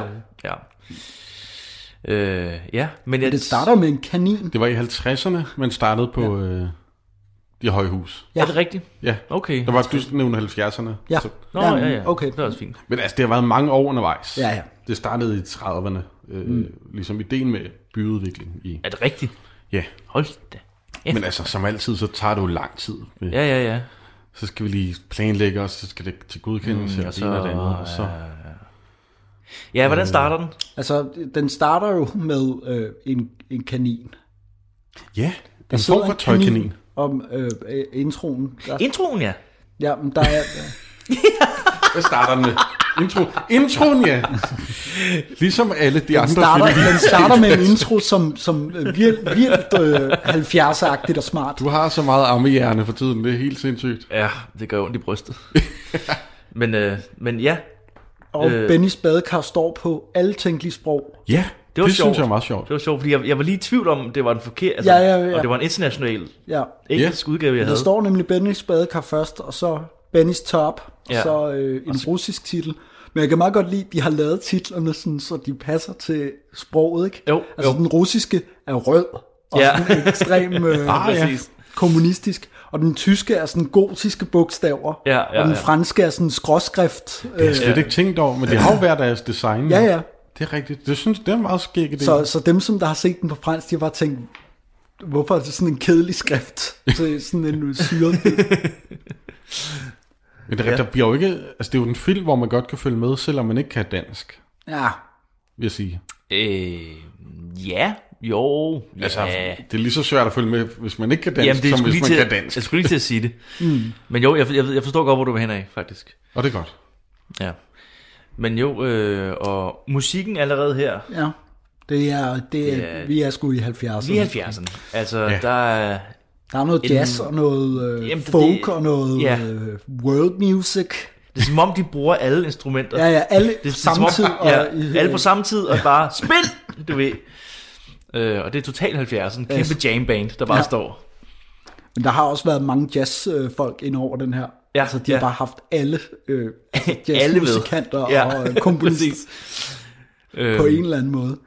Men det starter med en kanin. Det var i 50'erne, man startede på de højhus. Ja. Er det rigtigt? Ja. Okay. Der var du nævnte 70'erne. Ja. Okay. Det er også fint. Men altså, det har været mange år undervejs. Ja. Det startede i 30'erne. Ligesom ideen med byudvikling. Er det rigtigt? Ja. Hold da. Ja. Men altså, som altid, så tager det jo lang tid. Ja. Så skal vi lige planlægge os, så skal det til godkendelse, og det ene og det andet. Og så... Ja, hvordan starter den? Altså, den starter jo med en kanin. Ja, en form for tøjkanin. Om introen. Introen, ja. Ja, men der er... Hvad starter den med? Introen, ja. Ligesom alle de andre film. Den starter med en intro, som vildt 70'er-agtigt og smart. Du har så meget ammehjerne for tiden, det er helt sindssygt. Ja, det gør ondt i brystet. men ja. Og Bennys badekar står på alle tænkelige sprog. Ja, det synes jeg var meget sjovt. Det var sjovt, fordi jeg var lige i tvivl om, det var en forkert, altså, og det var en international engelsk udgave, jeg havde. Der står nemlig Bennys badekar først, og så Bennys top, og så en russisk titel. Men jeg kan meget godt lide, at de har lavet titlerne sådan, så de passer til sproget, ikke? Jo. Den russiske er rød, og sådan ekstrem kommunistisk. Og den tyske er sådan gotiske bogstaver, og den franske er sådan skråskrift. Det har jeg slet ikke tænkt over, men det har jo været deres design. Ja. Det er rigtigt. Det synes det er meget skæg idé. Så dem, som der har set den på fransk, de har bare tænkt, hvorfor er det sådan en kedelig skrift? Så sådan en syret. Men der bliver jo ikke, altså det er jo en film, hvor man godt kan følge med, selvom man ikke kan dansk. Ja. Vil jeg sige. Ja. Jo. Altså, det er lige så svært at følge med, hvis man ikke kan dansk, som hvis man kan dansk. Jeg skulle lige til at sige det. Men jo, jeg forstår godt, hvor du vil hen af, faktisk. Og det er godt. Ja. Men jo, og musikken allerede her. Ja. Det er vi er sgu i 70'erne. Vi er 70'erne. Altså, der er noget jazz og noget folk og noget world music. Det er som om, de bruger alle instrumenter. Ja, alle samtidig. Alle på samme tid, og bare spil, du ved. Og det er totalt 70'erne. Kæmpe jamband, der bare står. Men der har også været mange jazzfolk ind over den her. Ja, altså, de har bare haft alle jazzmusikanter og komponister på en eller anden måde.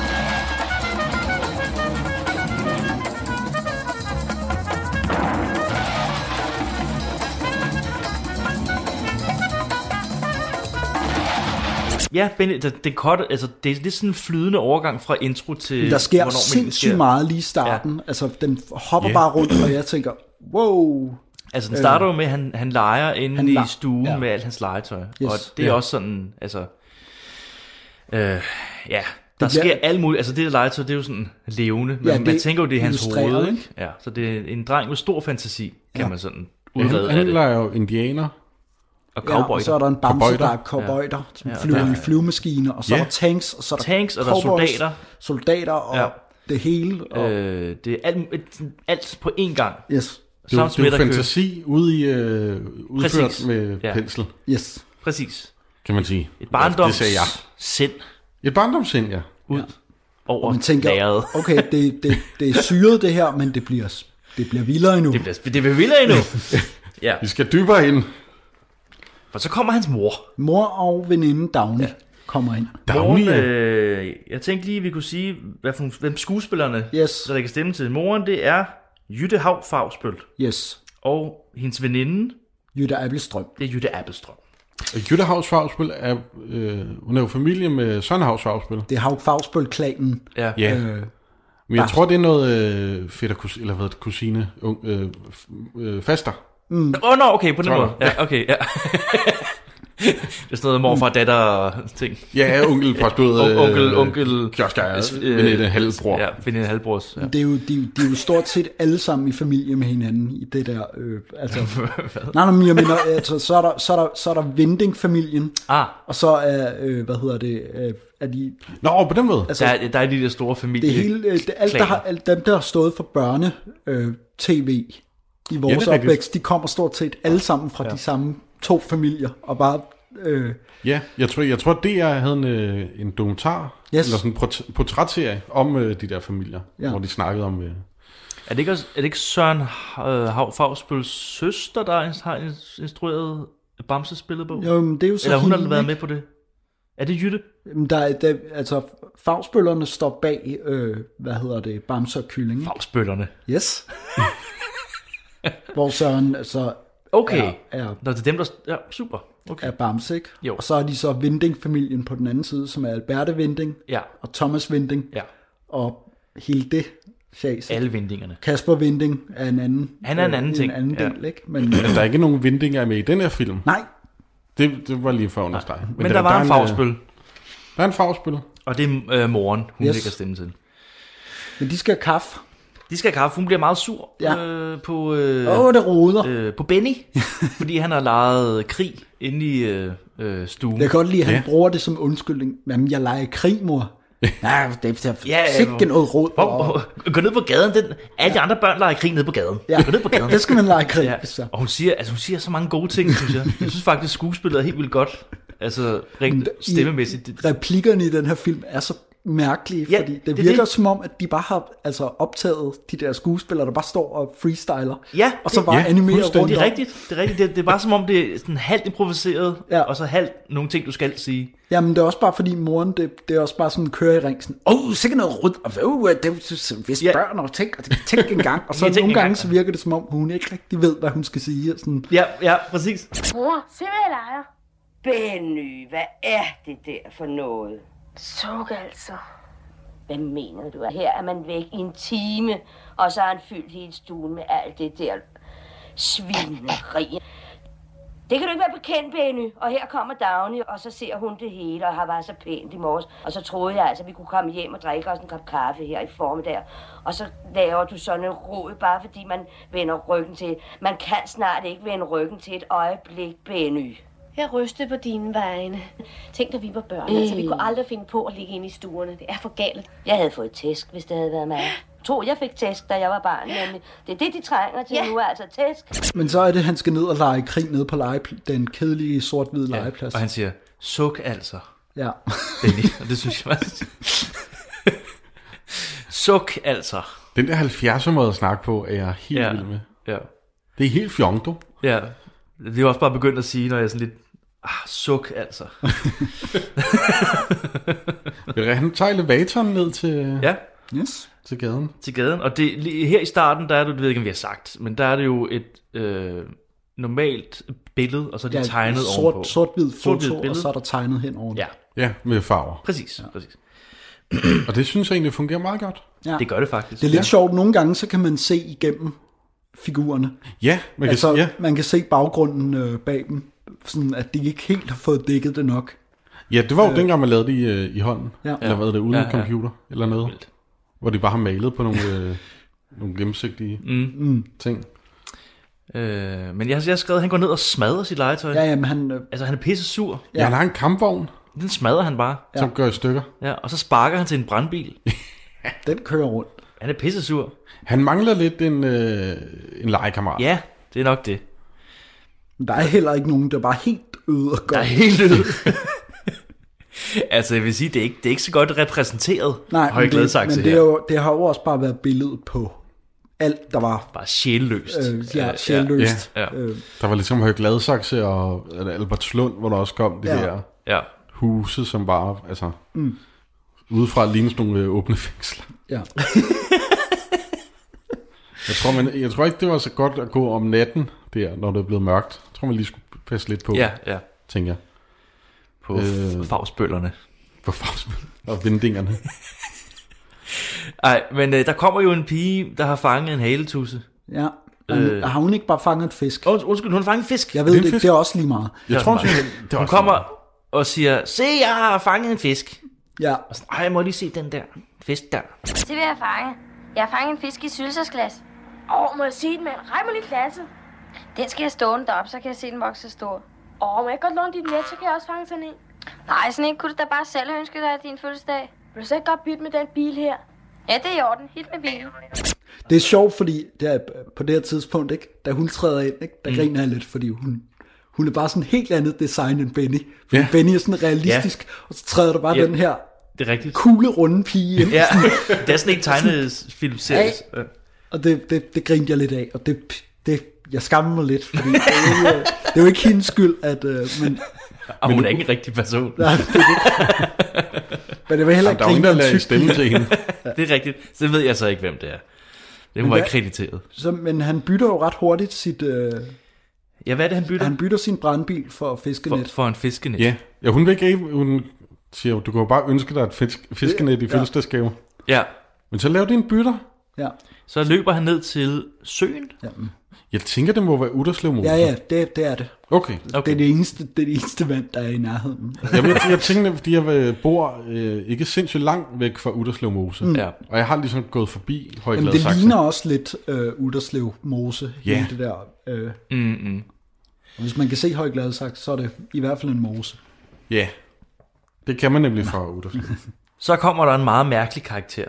Ja, Benny, det er sådan en flydende overgang fra intro til... Der sker sindssygt meget lige i starten. Ja. Altså, den hopper bare rundt, og jeg tænker, wow... Altså, den starter jo med, at han leger inde i stuen med alt hans legetøj. Yes. Og det er også sådan, altså... der sker alt muligt. Altså, det der legetøj, det er jo sådan levende. Men man tænker jo, det er hans hoved, ikke? Ja, så det er en dreng med stor fantasi, kan man sådan udrede af det. Han leger jo indianer. Og cowboyder. Og så er der en bamse, der er cowboyder, som flyver i flyvemaskiner, og så er der tanks, og så er der og der er soldater og det hele. Og... det er alt på én gang. Yes. Det er jo fantasi udført med pensel. Yes. Præcis. Kan man sige. Et barndomssind. Et barndomssind, ja. Ud over man tænker, læret. Okay, det er syret det her, men det bliver vildere endnu. Det bliver vildere endnu. Ja. Vi skal dybere ind. For så kommer hans mor. Mor og veninde Dagny kommer ind. Dagny, jeg tænkte lige, vi kunne sige, hvem skuespillerne, der lægger stemme til. Moren, det er Jytte Haug-Fagsbøl. Yes. Og hendes veninde, Jytte Abelstrøm. Det er Jytte Abelstrøm. Jytte Haug-Fagsbøl er, hun er jo familie med Søren Haug-Fagsbøl. Det er Haug-Fagsbøl-klanen. Ja. Men jeg tror, det er noget fætter, eller hvad kusine, faster. Okay, på den måde. Ja, okay, ja. Det er sådan noget morfar, datter ting. Ja, onkel, postbud, onkel, kiosker, veninde, halvbror. Ja, veninde, halvbrors. Ja. Det er jo stort set alle sammen i familie med hinanden i det der. Nej, jeg mener, altså, så er der Vinding-familien, og så er, er de... Nå, på den måde. Altså, der er de der store familie. Det hele, alt dem, der har stået for børne-tv i vores opvækst, de kommer stort set alle sammen fra de samme 2 familier, og bare... Ja, jeg tror det havde en dokumentar, eller sådan en portrætserie om de der familier, hvor de snakkede om... Er det ikke Søren Fausbølls søster, der har instrueret Bamses billedbog? Jo, men det er jo så eller hun har været med på det? Er det Jytte? Altså, Fausbøllerne står bag, Bamse og Kylling. Fausbøllerne? Yes. Hvor Søren, altså... Okay, det er dem, der... Ja, super. Okay. Er Bamse, ikke? Jo. Og så er de så Vinding-familien på den anden side, som er Alberte Vinding, og Thomas Vinding, og Hilde Chase. Alle Vindingerne. Kasper Vinding er en anden... Han er en anden ting. En anden del, ikke? Men der er ikke nogen Vindinger med i den her film. Nej. Det var lige for at understrege. Men der var en Fausbøl. Der er en Fausbøl. Og det er moren, hun lægger stemme til. Men de skal have kaffe. Hun bliver meget sur på... det roder. På Benny, fordi han har leget krig inde i stuen. Jeg kan godt lide, at han bruger det som undskyldning. Jamen, jeg leger krig, mor. Ja, det er ikke noget råd. Gå ned på gaden. Alle de andre børn leger krig ned på gaden. Ja, gå ned på gaden. Det skal man lege krig. Ja. Og hun siger så mange gode ting, synes jeg. Jeg synes faktisk, skuespillet er helt vildt godt. Altså, rent stemmemæssigt. Replikkerne i den her film er så mærkelige, fordi det virker som om, at de bare har optaget de der skuespillere, der bare står og freestyler, og så bare animerer rundt. Det er rigtigt. Det er bare som om, det er sådan halvt improviseret, og så halvt nogle ting, du skal sige. Jamen, det er også bare fordi moren, det er også bare sådan, kører i ring, sådan, sikkert noget rødt, og det er vist børn, og tænk en gang, og så nogle gange, så virker det som om, hun ikke rigtig ved, hvad hun skal sige. Sådan. Ja, præcis. Bror, se hvad jeg leger. Benny, hvad er det der for noget? Suk altså. Hvad mener du? Her er man væk i en time, og så har han fyldt hele stuen med alt det der svineri. Det kan du ikke være bekendt, Benny. Og her kommer Dagny, og så ser hun det hele, og har været så pænt i morges. Og så troede jeg altså, at vi kunne komme hjem og drikke os en kop kaffe her i formiddag. Og så laver du sådan en rod, bare fordi man vender ryggen til. Man kan snart ikke vende ryggen til et øjeblik, Benny. Jeg rystede på dine vegne. Tænk, da vi var børn. Altså, vi kunne aldrig finde på at ligge inde i stuerne. Det er for galt. Jeg havde fået tæsk, hvis det havde været mig. Jeg fik tæsk, da jeg var barn. Nemlig. Det er det, de trænger til nu, altså tæsk. Men så er det, han skal ned og lege krig nede på den kedelige sort-hvide legeplads. Og han siger, suk altså. Ja. Benny, og det synes jeg var... Suk altså. Den der 70'er måde at snakke på, er jeg helt vild med. Ja. Det er helt fjongt. Ja. Det er også bare begyndt at sige, når jeg er sådan lidt... suk altså. Han tager elevatoren ned til... Ja. Yes. Til gaden. Til gaden. Og det, her i starten, der er det, du ved ikke, om vi har sagt, men der er det jo et normalt billede, og så er det tegnet ovenpå. Sort-hvid foto, og så er der tegnet hen ovenpå. Ja, med farver. Præcis. Og det synes jeg egentlig fungerer meget godt. Ja. Det gør det faktisk. Det er lidt sjovt. Nogle gange, så kan man se igennem figurerne. Ja, man kan se baggrunden bag dem, sådan at de ikke helt har fået dækket det nok. Ja, det var jo dengang, man lavede det i hånden. Ja. Eller hvad det, uden computer, eller noget. Vildt. Hvor de bare har malet på nogle gennemsigtige ting. Men jeg har skrevet, at han går ned og smadrer sit legetøj. Ja, men han er pisse sur. Ja, han har en kampvogn. Den smadrer han bare. Som gør i stykker. Ja, og så sparker han til en brandbil. Den kører rundt. Han er pisse sur. Han mangler lidt en legekammerat. Ja, det er nok det. Der er heller ikke nogen, der er bare helt øde og godt. Der er helt øde. Altså, jeg vil sige, det er ikke så godt repræsenteret. Nej, men det har jo også bare været billedet på alt, der var... Bare sjælløst. Sjælløst. Ja. Der var ligesom Høje Gladsaxe og Albertslund, hvor der også kom de der huse, som bare, altså... Udefra ligner sådan nogle åbne fængsler. Ja. Jeg tror ikke, det var så godt at gå om natten der, når det er blevet mørkt. Jeg tror, man lige skulle passe lidt på, tænker jeg. På fagsbøllerne. På fagsbøllerne og vindingerne. Ej, men der kommer jo en pige, der har fanget en haletusse. Ja. Har hun ikke bare fanget en fisk? Undskyld, hun har fanget en fisk. Jeg ved det, det er også lige meget. Jeg tror, hun kommer og siger, se, jeg har fanget en fisk. Ja. Og sådan, jeg må lige se den der fisk der. Det vil jeg fange. Jeg har fanget en fisk i syltersglas. Må jeg se den, mand? Rej mig lige glasset. Den skal jeg stående deroppe, så kan jeg se den vokse stor. Må jeg godt låne dit net, så kan jeg også fange sådan en? Nej, sådan en kunne du da bare selv ønske dig din fødselsdag. Vil du så ikke godt bytte med den bil her? Ja, det er i orden. Hit med bilen. Det er sjovt, fordi det er på det her tidspunkt, ikke, da hun træder ind, ikke, der griner jeg lidt, fordi hun er bare sådan helt andet design end Benny. Fordi Benny er sådan realistisk, og så træder der bare den her det er rigtigt. kugle runde pige ind. Ja, det er sådan en tegnefilmserie. Ja. Og det grinte jeg lidt af, og det jeg skammer mig lidt, fordi det er jo ikke hendes skyld, at... men hun er ikke en rigtig person. Nej, men det var heller ikke grine af en stemme til hende. Det er rigtigt. Så ved jeg så ikke, hvem det er. Det var ikke krediteret. Men han bytter jo ret hurtigt sit... Ja, hvad er det, han bytter? Han bytter sin brandbil for fiskenet. For en fiskenet. Ja, hun vil ikke... Hun siger, du kan jo bare ønske dig et fiskenet i fødselsdagsgave. Ja. Men så lav din bytter. Ja. Så løber han ned til søen. Ja. Jeg tænker, det må være Utterslev Mose. Ja, det er det. Okay. Det er det eneste vand, der er i nærheden. Jeg tænker, fordi jeg bor ikke sindssygt langt væk fra Utterslev Mose. Ja. Og jeg har ligesom gået forbi Højglad Saxe. Det ligner også lidt Utterslev Mose. Ja. Det der. Og hvis man kan se Højglad Saxe, så er det i hvert fald en mose. Ja, det kan man nemlig fra Utterslev. Så kommer der en meget mærkelig karakter.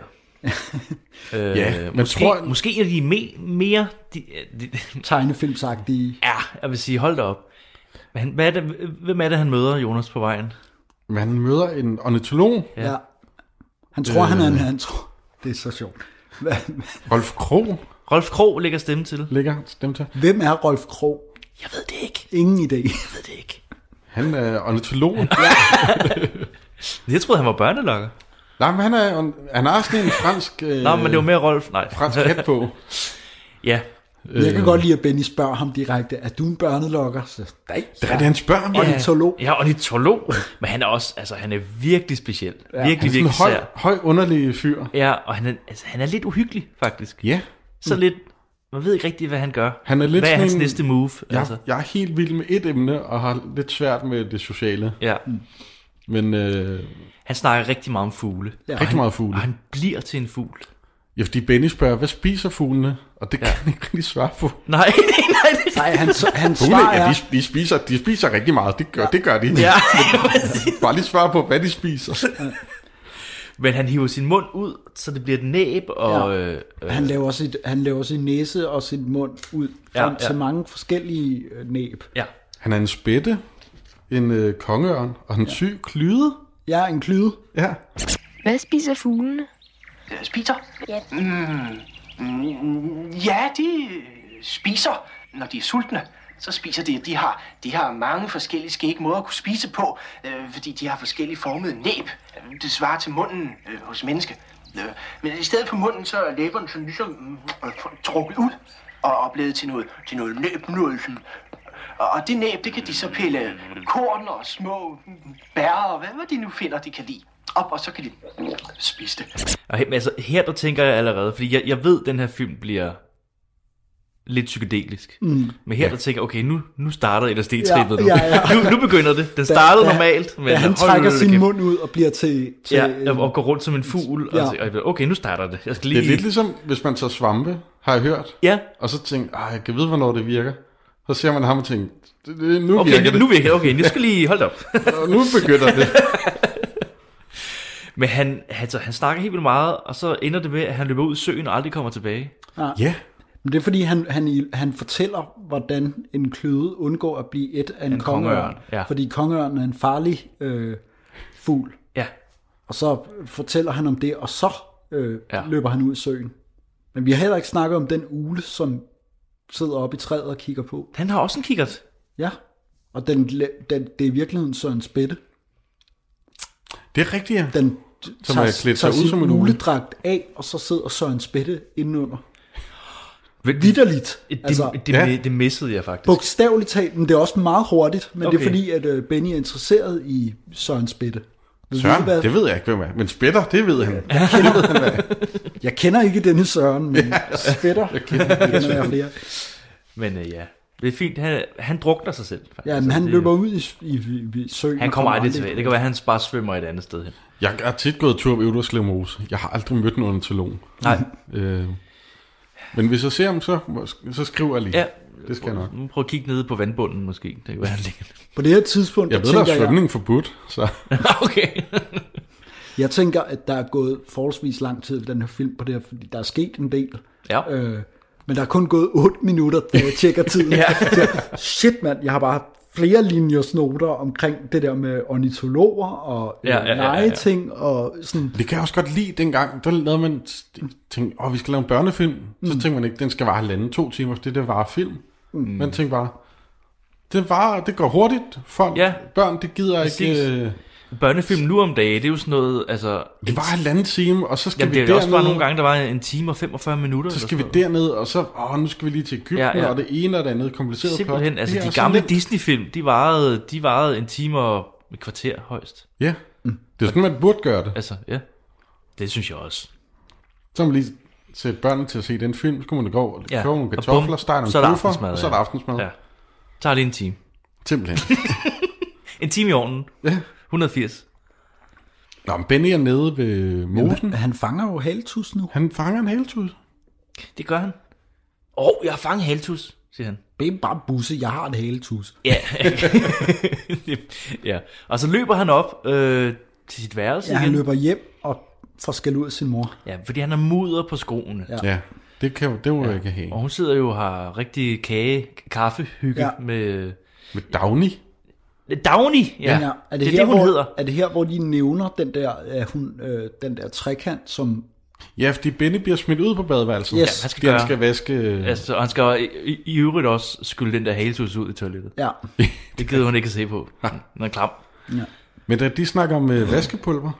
Måske er de mere tegnefilmsagtige. Ja, jeg vil sige, hold da op. Hvem er det, han møder, Jonas, på vejen? Han møder en ornitolog. Ja. Han tror, han tror. Det er så sjovt. Rolf Krog. Rolf Krog lægger stemme til. Hvem er Rolf Krog? Jeg ved det ikke. Ingen idé. Jeg ved det ikke. Han er ornitolog. Jeg troede, han var børnelokker. Nej, men han har sådan en fransk... Nå, men det var mere Rolf. Nej. Fransk hat på. Ja. Jeg kan godt lide, at Benny spørger ham direkte, er du en børnelokker? Så, nej. Det er det, han spørger ham. Ornitolog. Ja, ornitolog. Men han er også, altså han er virkelig speciel. Ja. Virkelig sær. Høj underlig fyr. Ja, og han er lidt uhyggelig, faktisk. Ja. Så lidt, man ved ikke rigtig, hvad han gør. Han er lidt hvad er hans næste move? Jeg er helt vild med et emne, og har lidt svært med det sociale. Ja. Men... Han snakker rigtig meget om fugle. Ja, rigtig meget fugle. Og han bliver til en fugl. Ja, fordi Benny spørger, hvad spiser fuglene? Og det kan han ikke rigtig svare på. Nej, han svarer... Ja, de spiser rigtig meget. Det gør de. Ja. Bare lige svare på, hvad de spiser. Men han hiver sin mund ud, så det bliver et næb. Og, han laver sin næse og sin mund ud til mange forskellige næb. Ja. Han er en spætte, en kongeørn og en syg klyde. Ja, en klyde. Ja. Hvad spiser fuglene? Spiser? Ja. Ja, de spiser, når de er sultne. Så spiser de. De har mange forskellige skægge måder at kunne spise på, fordi de har forskellige formede næb. Det svarer til munden hos menneske. Men i stedet for munden, så er læberne sådan ligesom trukket ud og blevet til noget næb. Og det næb, det kan de så pille korn og små bær og hvad de nu finder, de kan lide op, og så kan de spise det. Og altså, her der tænker jeg allerede, fordi jeg ved, at den her film bliver lidt psykedelisk. Men her der tænker jeg, okay, nu starter LSD-trippet nu. Nu begynder det. Den startede normalt. Men han trækker sin mund ud og bliver til og går rundt som en fugl. Og okay, nu starter det. Jeg skal lige... Det er lidt ligesom, hvis man tager svampe, har jeg hørt. Ja. Og så tænker jeg kan vide, hvornår det virker. Så ser man ham og tænker, nu virker det. Nu virker det. Okay, nu skal lige holde op. Og nu begynder det. Men han snakker helt vildt meget, og så ender det med, at han løber ud i søen og aldrig kommer tilbage. Ja. Men det er fordi, han fortæller, hvordan en kløde undgår at blive et af en kongeørn. Ja. Fordi kongeørnen er en farlig fugl. Ja. Og så fortæller han om det, og så løber han ud i søen. Men vi har heller ikke snakket om den ugle, som sidder oppe i træet og kigger på. Han har også en kikkert. Ja, og det er i virkeligheden så en spætte. Det er rigtigt, ja. Den som er klædt sig ud som en ugledragt af, og så sidder Søren Spætte indenunder. Vitterligt. Det missede jeg faktisk. Bogstaveligt talt, men det er også meget hurtigt, men det er fordi, at Benny er interesseret i Søren Spætte. Søren, det ved jeg ikke, hvem er. Men Spætter, det ved han. Jeg kender ikke denne Søren, men spætter. Jeg kender flere. Men ja, det er fint. Han drukner sig selv. Faktisk. Ja, men han løber ud i søen. Han kommer aldrig tilbage. Det kan være, at han bare svømmer et andet sted hen. Jeg har tit gået tur ved Udderslev Mose. Jeg har aldrig mødt en ornitolog. Nej. Men hvis jeg ser ham, så skriver jeg lige. Ja. Det skal jeg nok. Prøv at kigge nede på vandbunden måske. Det kan være, han ligger. På det her tidspunkt, jeg ved, der er svømning forbudt. Så. Okay. Jeg tænker, at der er gået forholdsvis lang tid ved den her film på det her, fordi der er sket en del. Ja. Men der er kun gået 8 minutter, da jeg tjekker tiden. Ja. Shit, mand, jeg har bare flere linjers noter omkring det der med ornitologer og legeting og sådan. Det kan jeg også godt lide dengang. Der lavede man tænkte, vi skal lave en børnefilm. Så tænkte man ikke, den skal vare 1,5-2 timer, for det var film. Man tænkte bare, det går hurtigt. Børn, det gider ikke. Børnefilm nu om dagen, det er jo sådan noget, altså... Det var 1,5 time, og så skal vi derned. Det er også bare nogle gange, der var 1 time og 45 minutter. Så skal vi derned, og så, nu skal vi lige til Egypten, og det ene og det andet kompliceret. Simpelthen, plot. Altså de gamle Disney-film, de varede 1 time og et kvarter højst. Ja, det er sådan, man burde gøre det. Altså, ja, det synes jeg også. Så må man lige sætte børnene til at se den film, så kunne man gå og koge nogle kartofler, stege nogle bøffer, og så er der aftensmad. Ja, tager lige 1 time. Simpelthen. 1 time i ovnen. Ja. 180. Nå, men Benny er nede ved mosen. Jamen, han fanger jo haletus nu. Han fanger en haletus. Det gør han. Jeg har fanget haletus, siger han. Det er bare busse, jeg har et haletus. Ja. Ja. Og så løber han op til sit værelse igen. Han løber hjem og får skæld ud af sin mor. Ja, fordi han er mudder på skoene. Ja. Det må jeg ikke have. Og hun sidder jo og har rigtig kaffehygge med Downy. Downy, ja. Er det hun hedder. Er det her, hvor de nævner den der trekant, som... Ja, fordi Benny bliver smidt ud på badeværelset. Yes. Ja, han skal vaske... Altså, og han skal i øvrigt også skylle den der haletus ud i toilettet. Ja. Det gider hun ikke at se på. Den er klam. Ja. Men da de snakker om vaskepulver,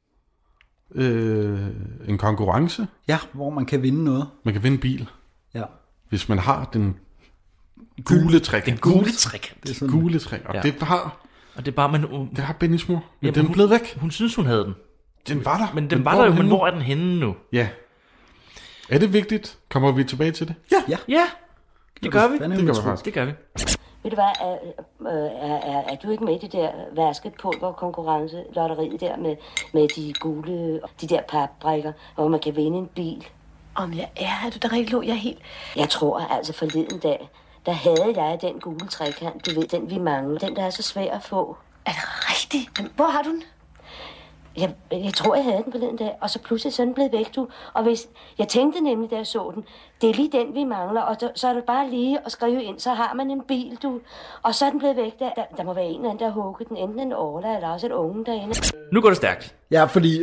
en konkurrence... Ja, hvor man kan vinde noget. Man kan vinde en bil. Ja. Hvis man har den... Gule trekant. Den gule trekant. Det er gule trekant. Og det er bare, det har Bennys mor. Men den er blevet væk. Hun synes, hun havde den. Den var der. Men den var der jo, men hvor er den henne nu? Ja. Er det vigtigt? Kommer vi tilbage til det? Ja. Det gør vi. Det gør vi. Ved du hvad, er du ikke med i det der vaskepulverkonkurrence, lotteriet der med de gule, de der papbrikker, hvor man kan vinde en bil? Om jeg er du der rigtig lå jeg helt... Jeg tror altså forleden dag, der havde jeg den gule trekant, du ved, den vi mangler, den der er så svær at få. Er det rigtigt? Hvor har du den? Jeg tror, jeg havde den forleden dag, og så pludselig så er den blevet væk, du. Og hvis jeg tænkte nemlig, da jeg så den, det er lige den, vi mangler, og så er det bare lige at skrive ind, så har man en bil, du. Og så er den blevet væk, der må være en eller anden, der har hugget den, enten en Orla eller også et unge derinde. Nu går det stærkt. Ja, fordi...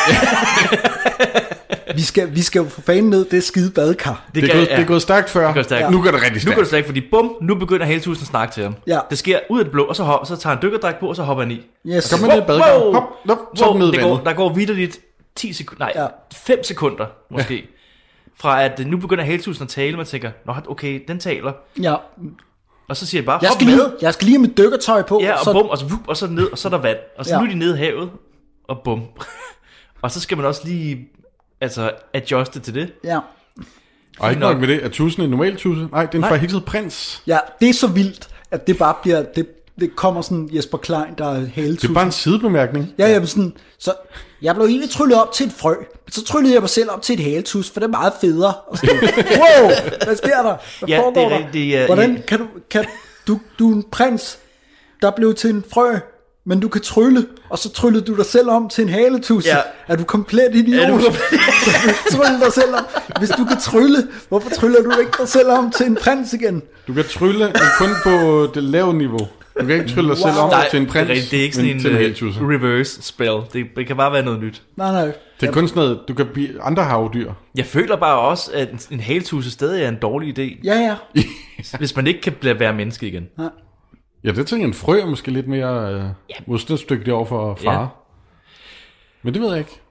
Vi skal jo få fanden ned, det er skide badekar. Det er gået stærkt før. Nu går det rigtig stærkt. Nu går det stærkt, fordi bum, nu begynder haletusen at snakke til ham. Ja. Det sker ud af det blå, og så tager han dykkerdragt på, og så hopper han i. Yes. Så kommer man ned i badekar. Hop, ned i vandet. Der går vitterligt 10 sekunder, 5 sekunder måske. Fra at nu begynder haletusen at tale, man tænker, okay, den taler. Ja. Og så siger jeg bare, jeg skal lige have mit dykkertøj på. Ja, og bum, og så ned, og så er der vand. Og så nu er de nede i havet, og bum. Og så skal man også lige... Altså, adjuste til det. Ja. Og ikke nok med det, at tusen er en normal tusse. Nej, det er en forhekset prins. Ja, det er så vildt, at det bare bliver... Det kommer sådan Jesper Klein, der er haletusse. Det er bare en sidebemærkning. Ja, jeg sådan... Så jeg blev egentlig tryllet op til et frø, men så tryllede jeg mig selv op til et haletus, for det er meget federe. Wow, hvad sker der? Hvad foregår der? Hvordan kan du er en prins, der blev til en frø, men du kan trylle, og så tryllede du dig selv om til en haletus. Ja. Er du komplet idiot? Trylle dig selv om. Hvis du kan trylle, hvorfor tryller du ikke dig selv om til en prins igen? Du kan trylle, men kun på det lave niveau. Du kan ikke trylle dig selv om til en prins. Det er ikke sådan en reverse spell. Det kan bare være noget nyt. Nej. Det er kun sådan noget, du kan blive andre havdyr. Jeg føler bare også, at en haletus stadig er en dårlig idé. Ja. Hvis man ikke kan være menneske igen. Ja. Ja, det tænker jeg, en frø er måske lidt mere modstandsdygtig over for far. Ja. Men det ved jeg ikke.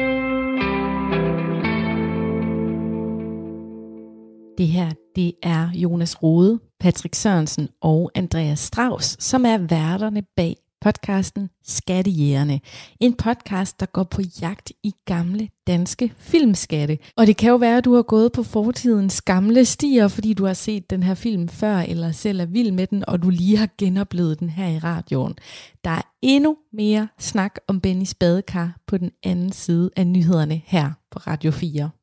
Det her, det er Jonas Rode, Patrick Sørensen og Andreas Strauss, som er værterne bag podcasten Skattejægerne. En podcast, der går på jagt i gamle danske filmskatte. Og det kan jo være, at du har gået på fortidens gamle stier, fordi du har set den her film før, eller selv er vild med den, og du lige har genoplevet den her i radioen. Der er endnu mere snak om Bennys badekar på den anden side af nyhederne her på Radio 4.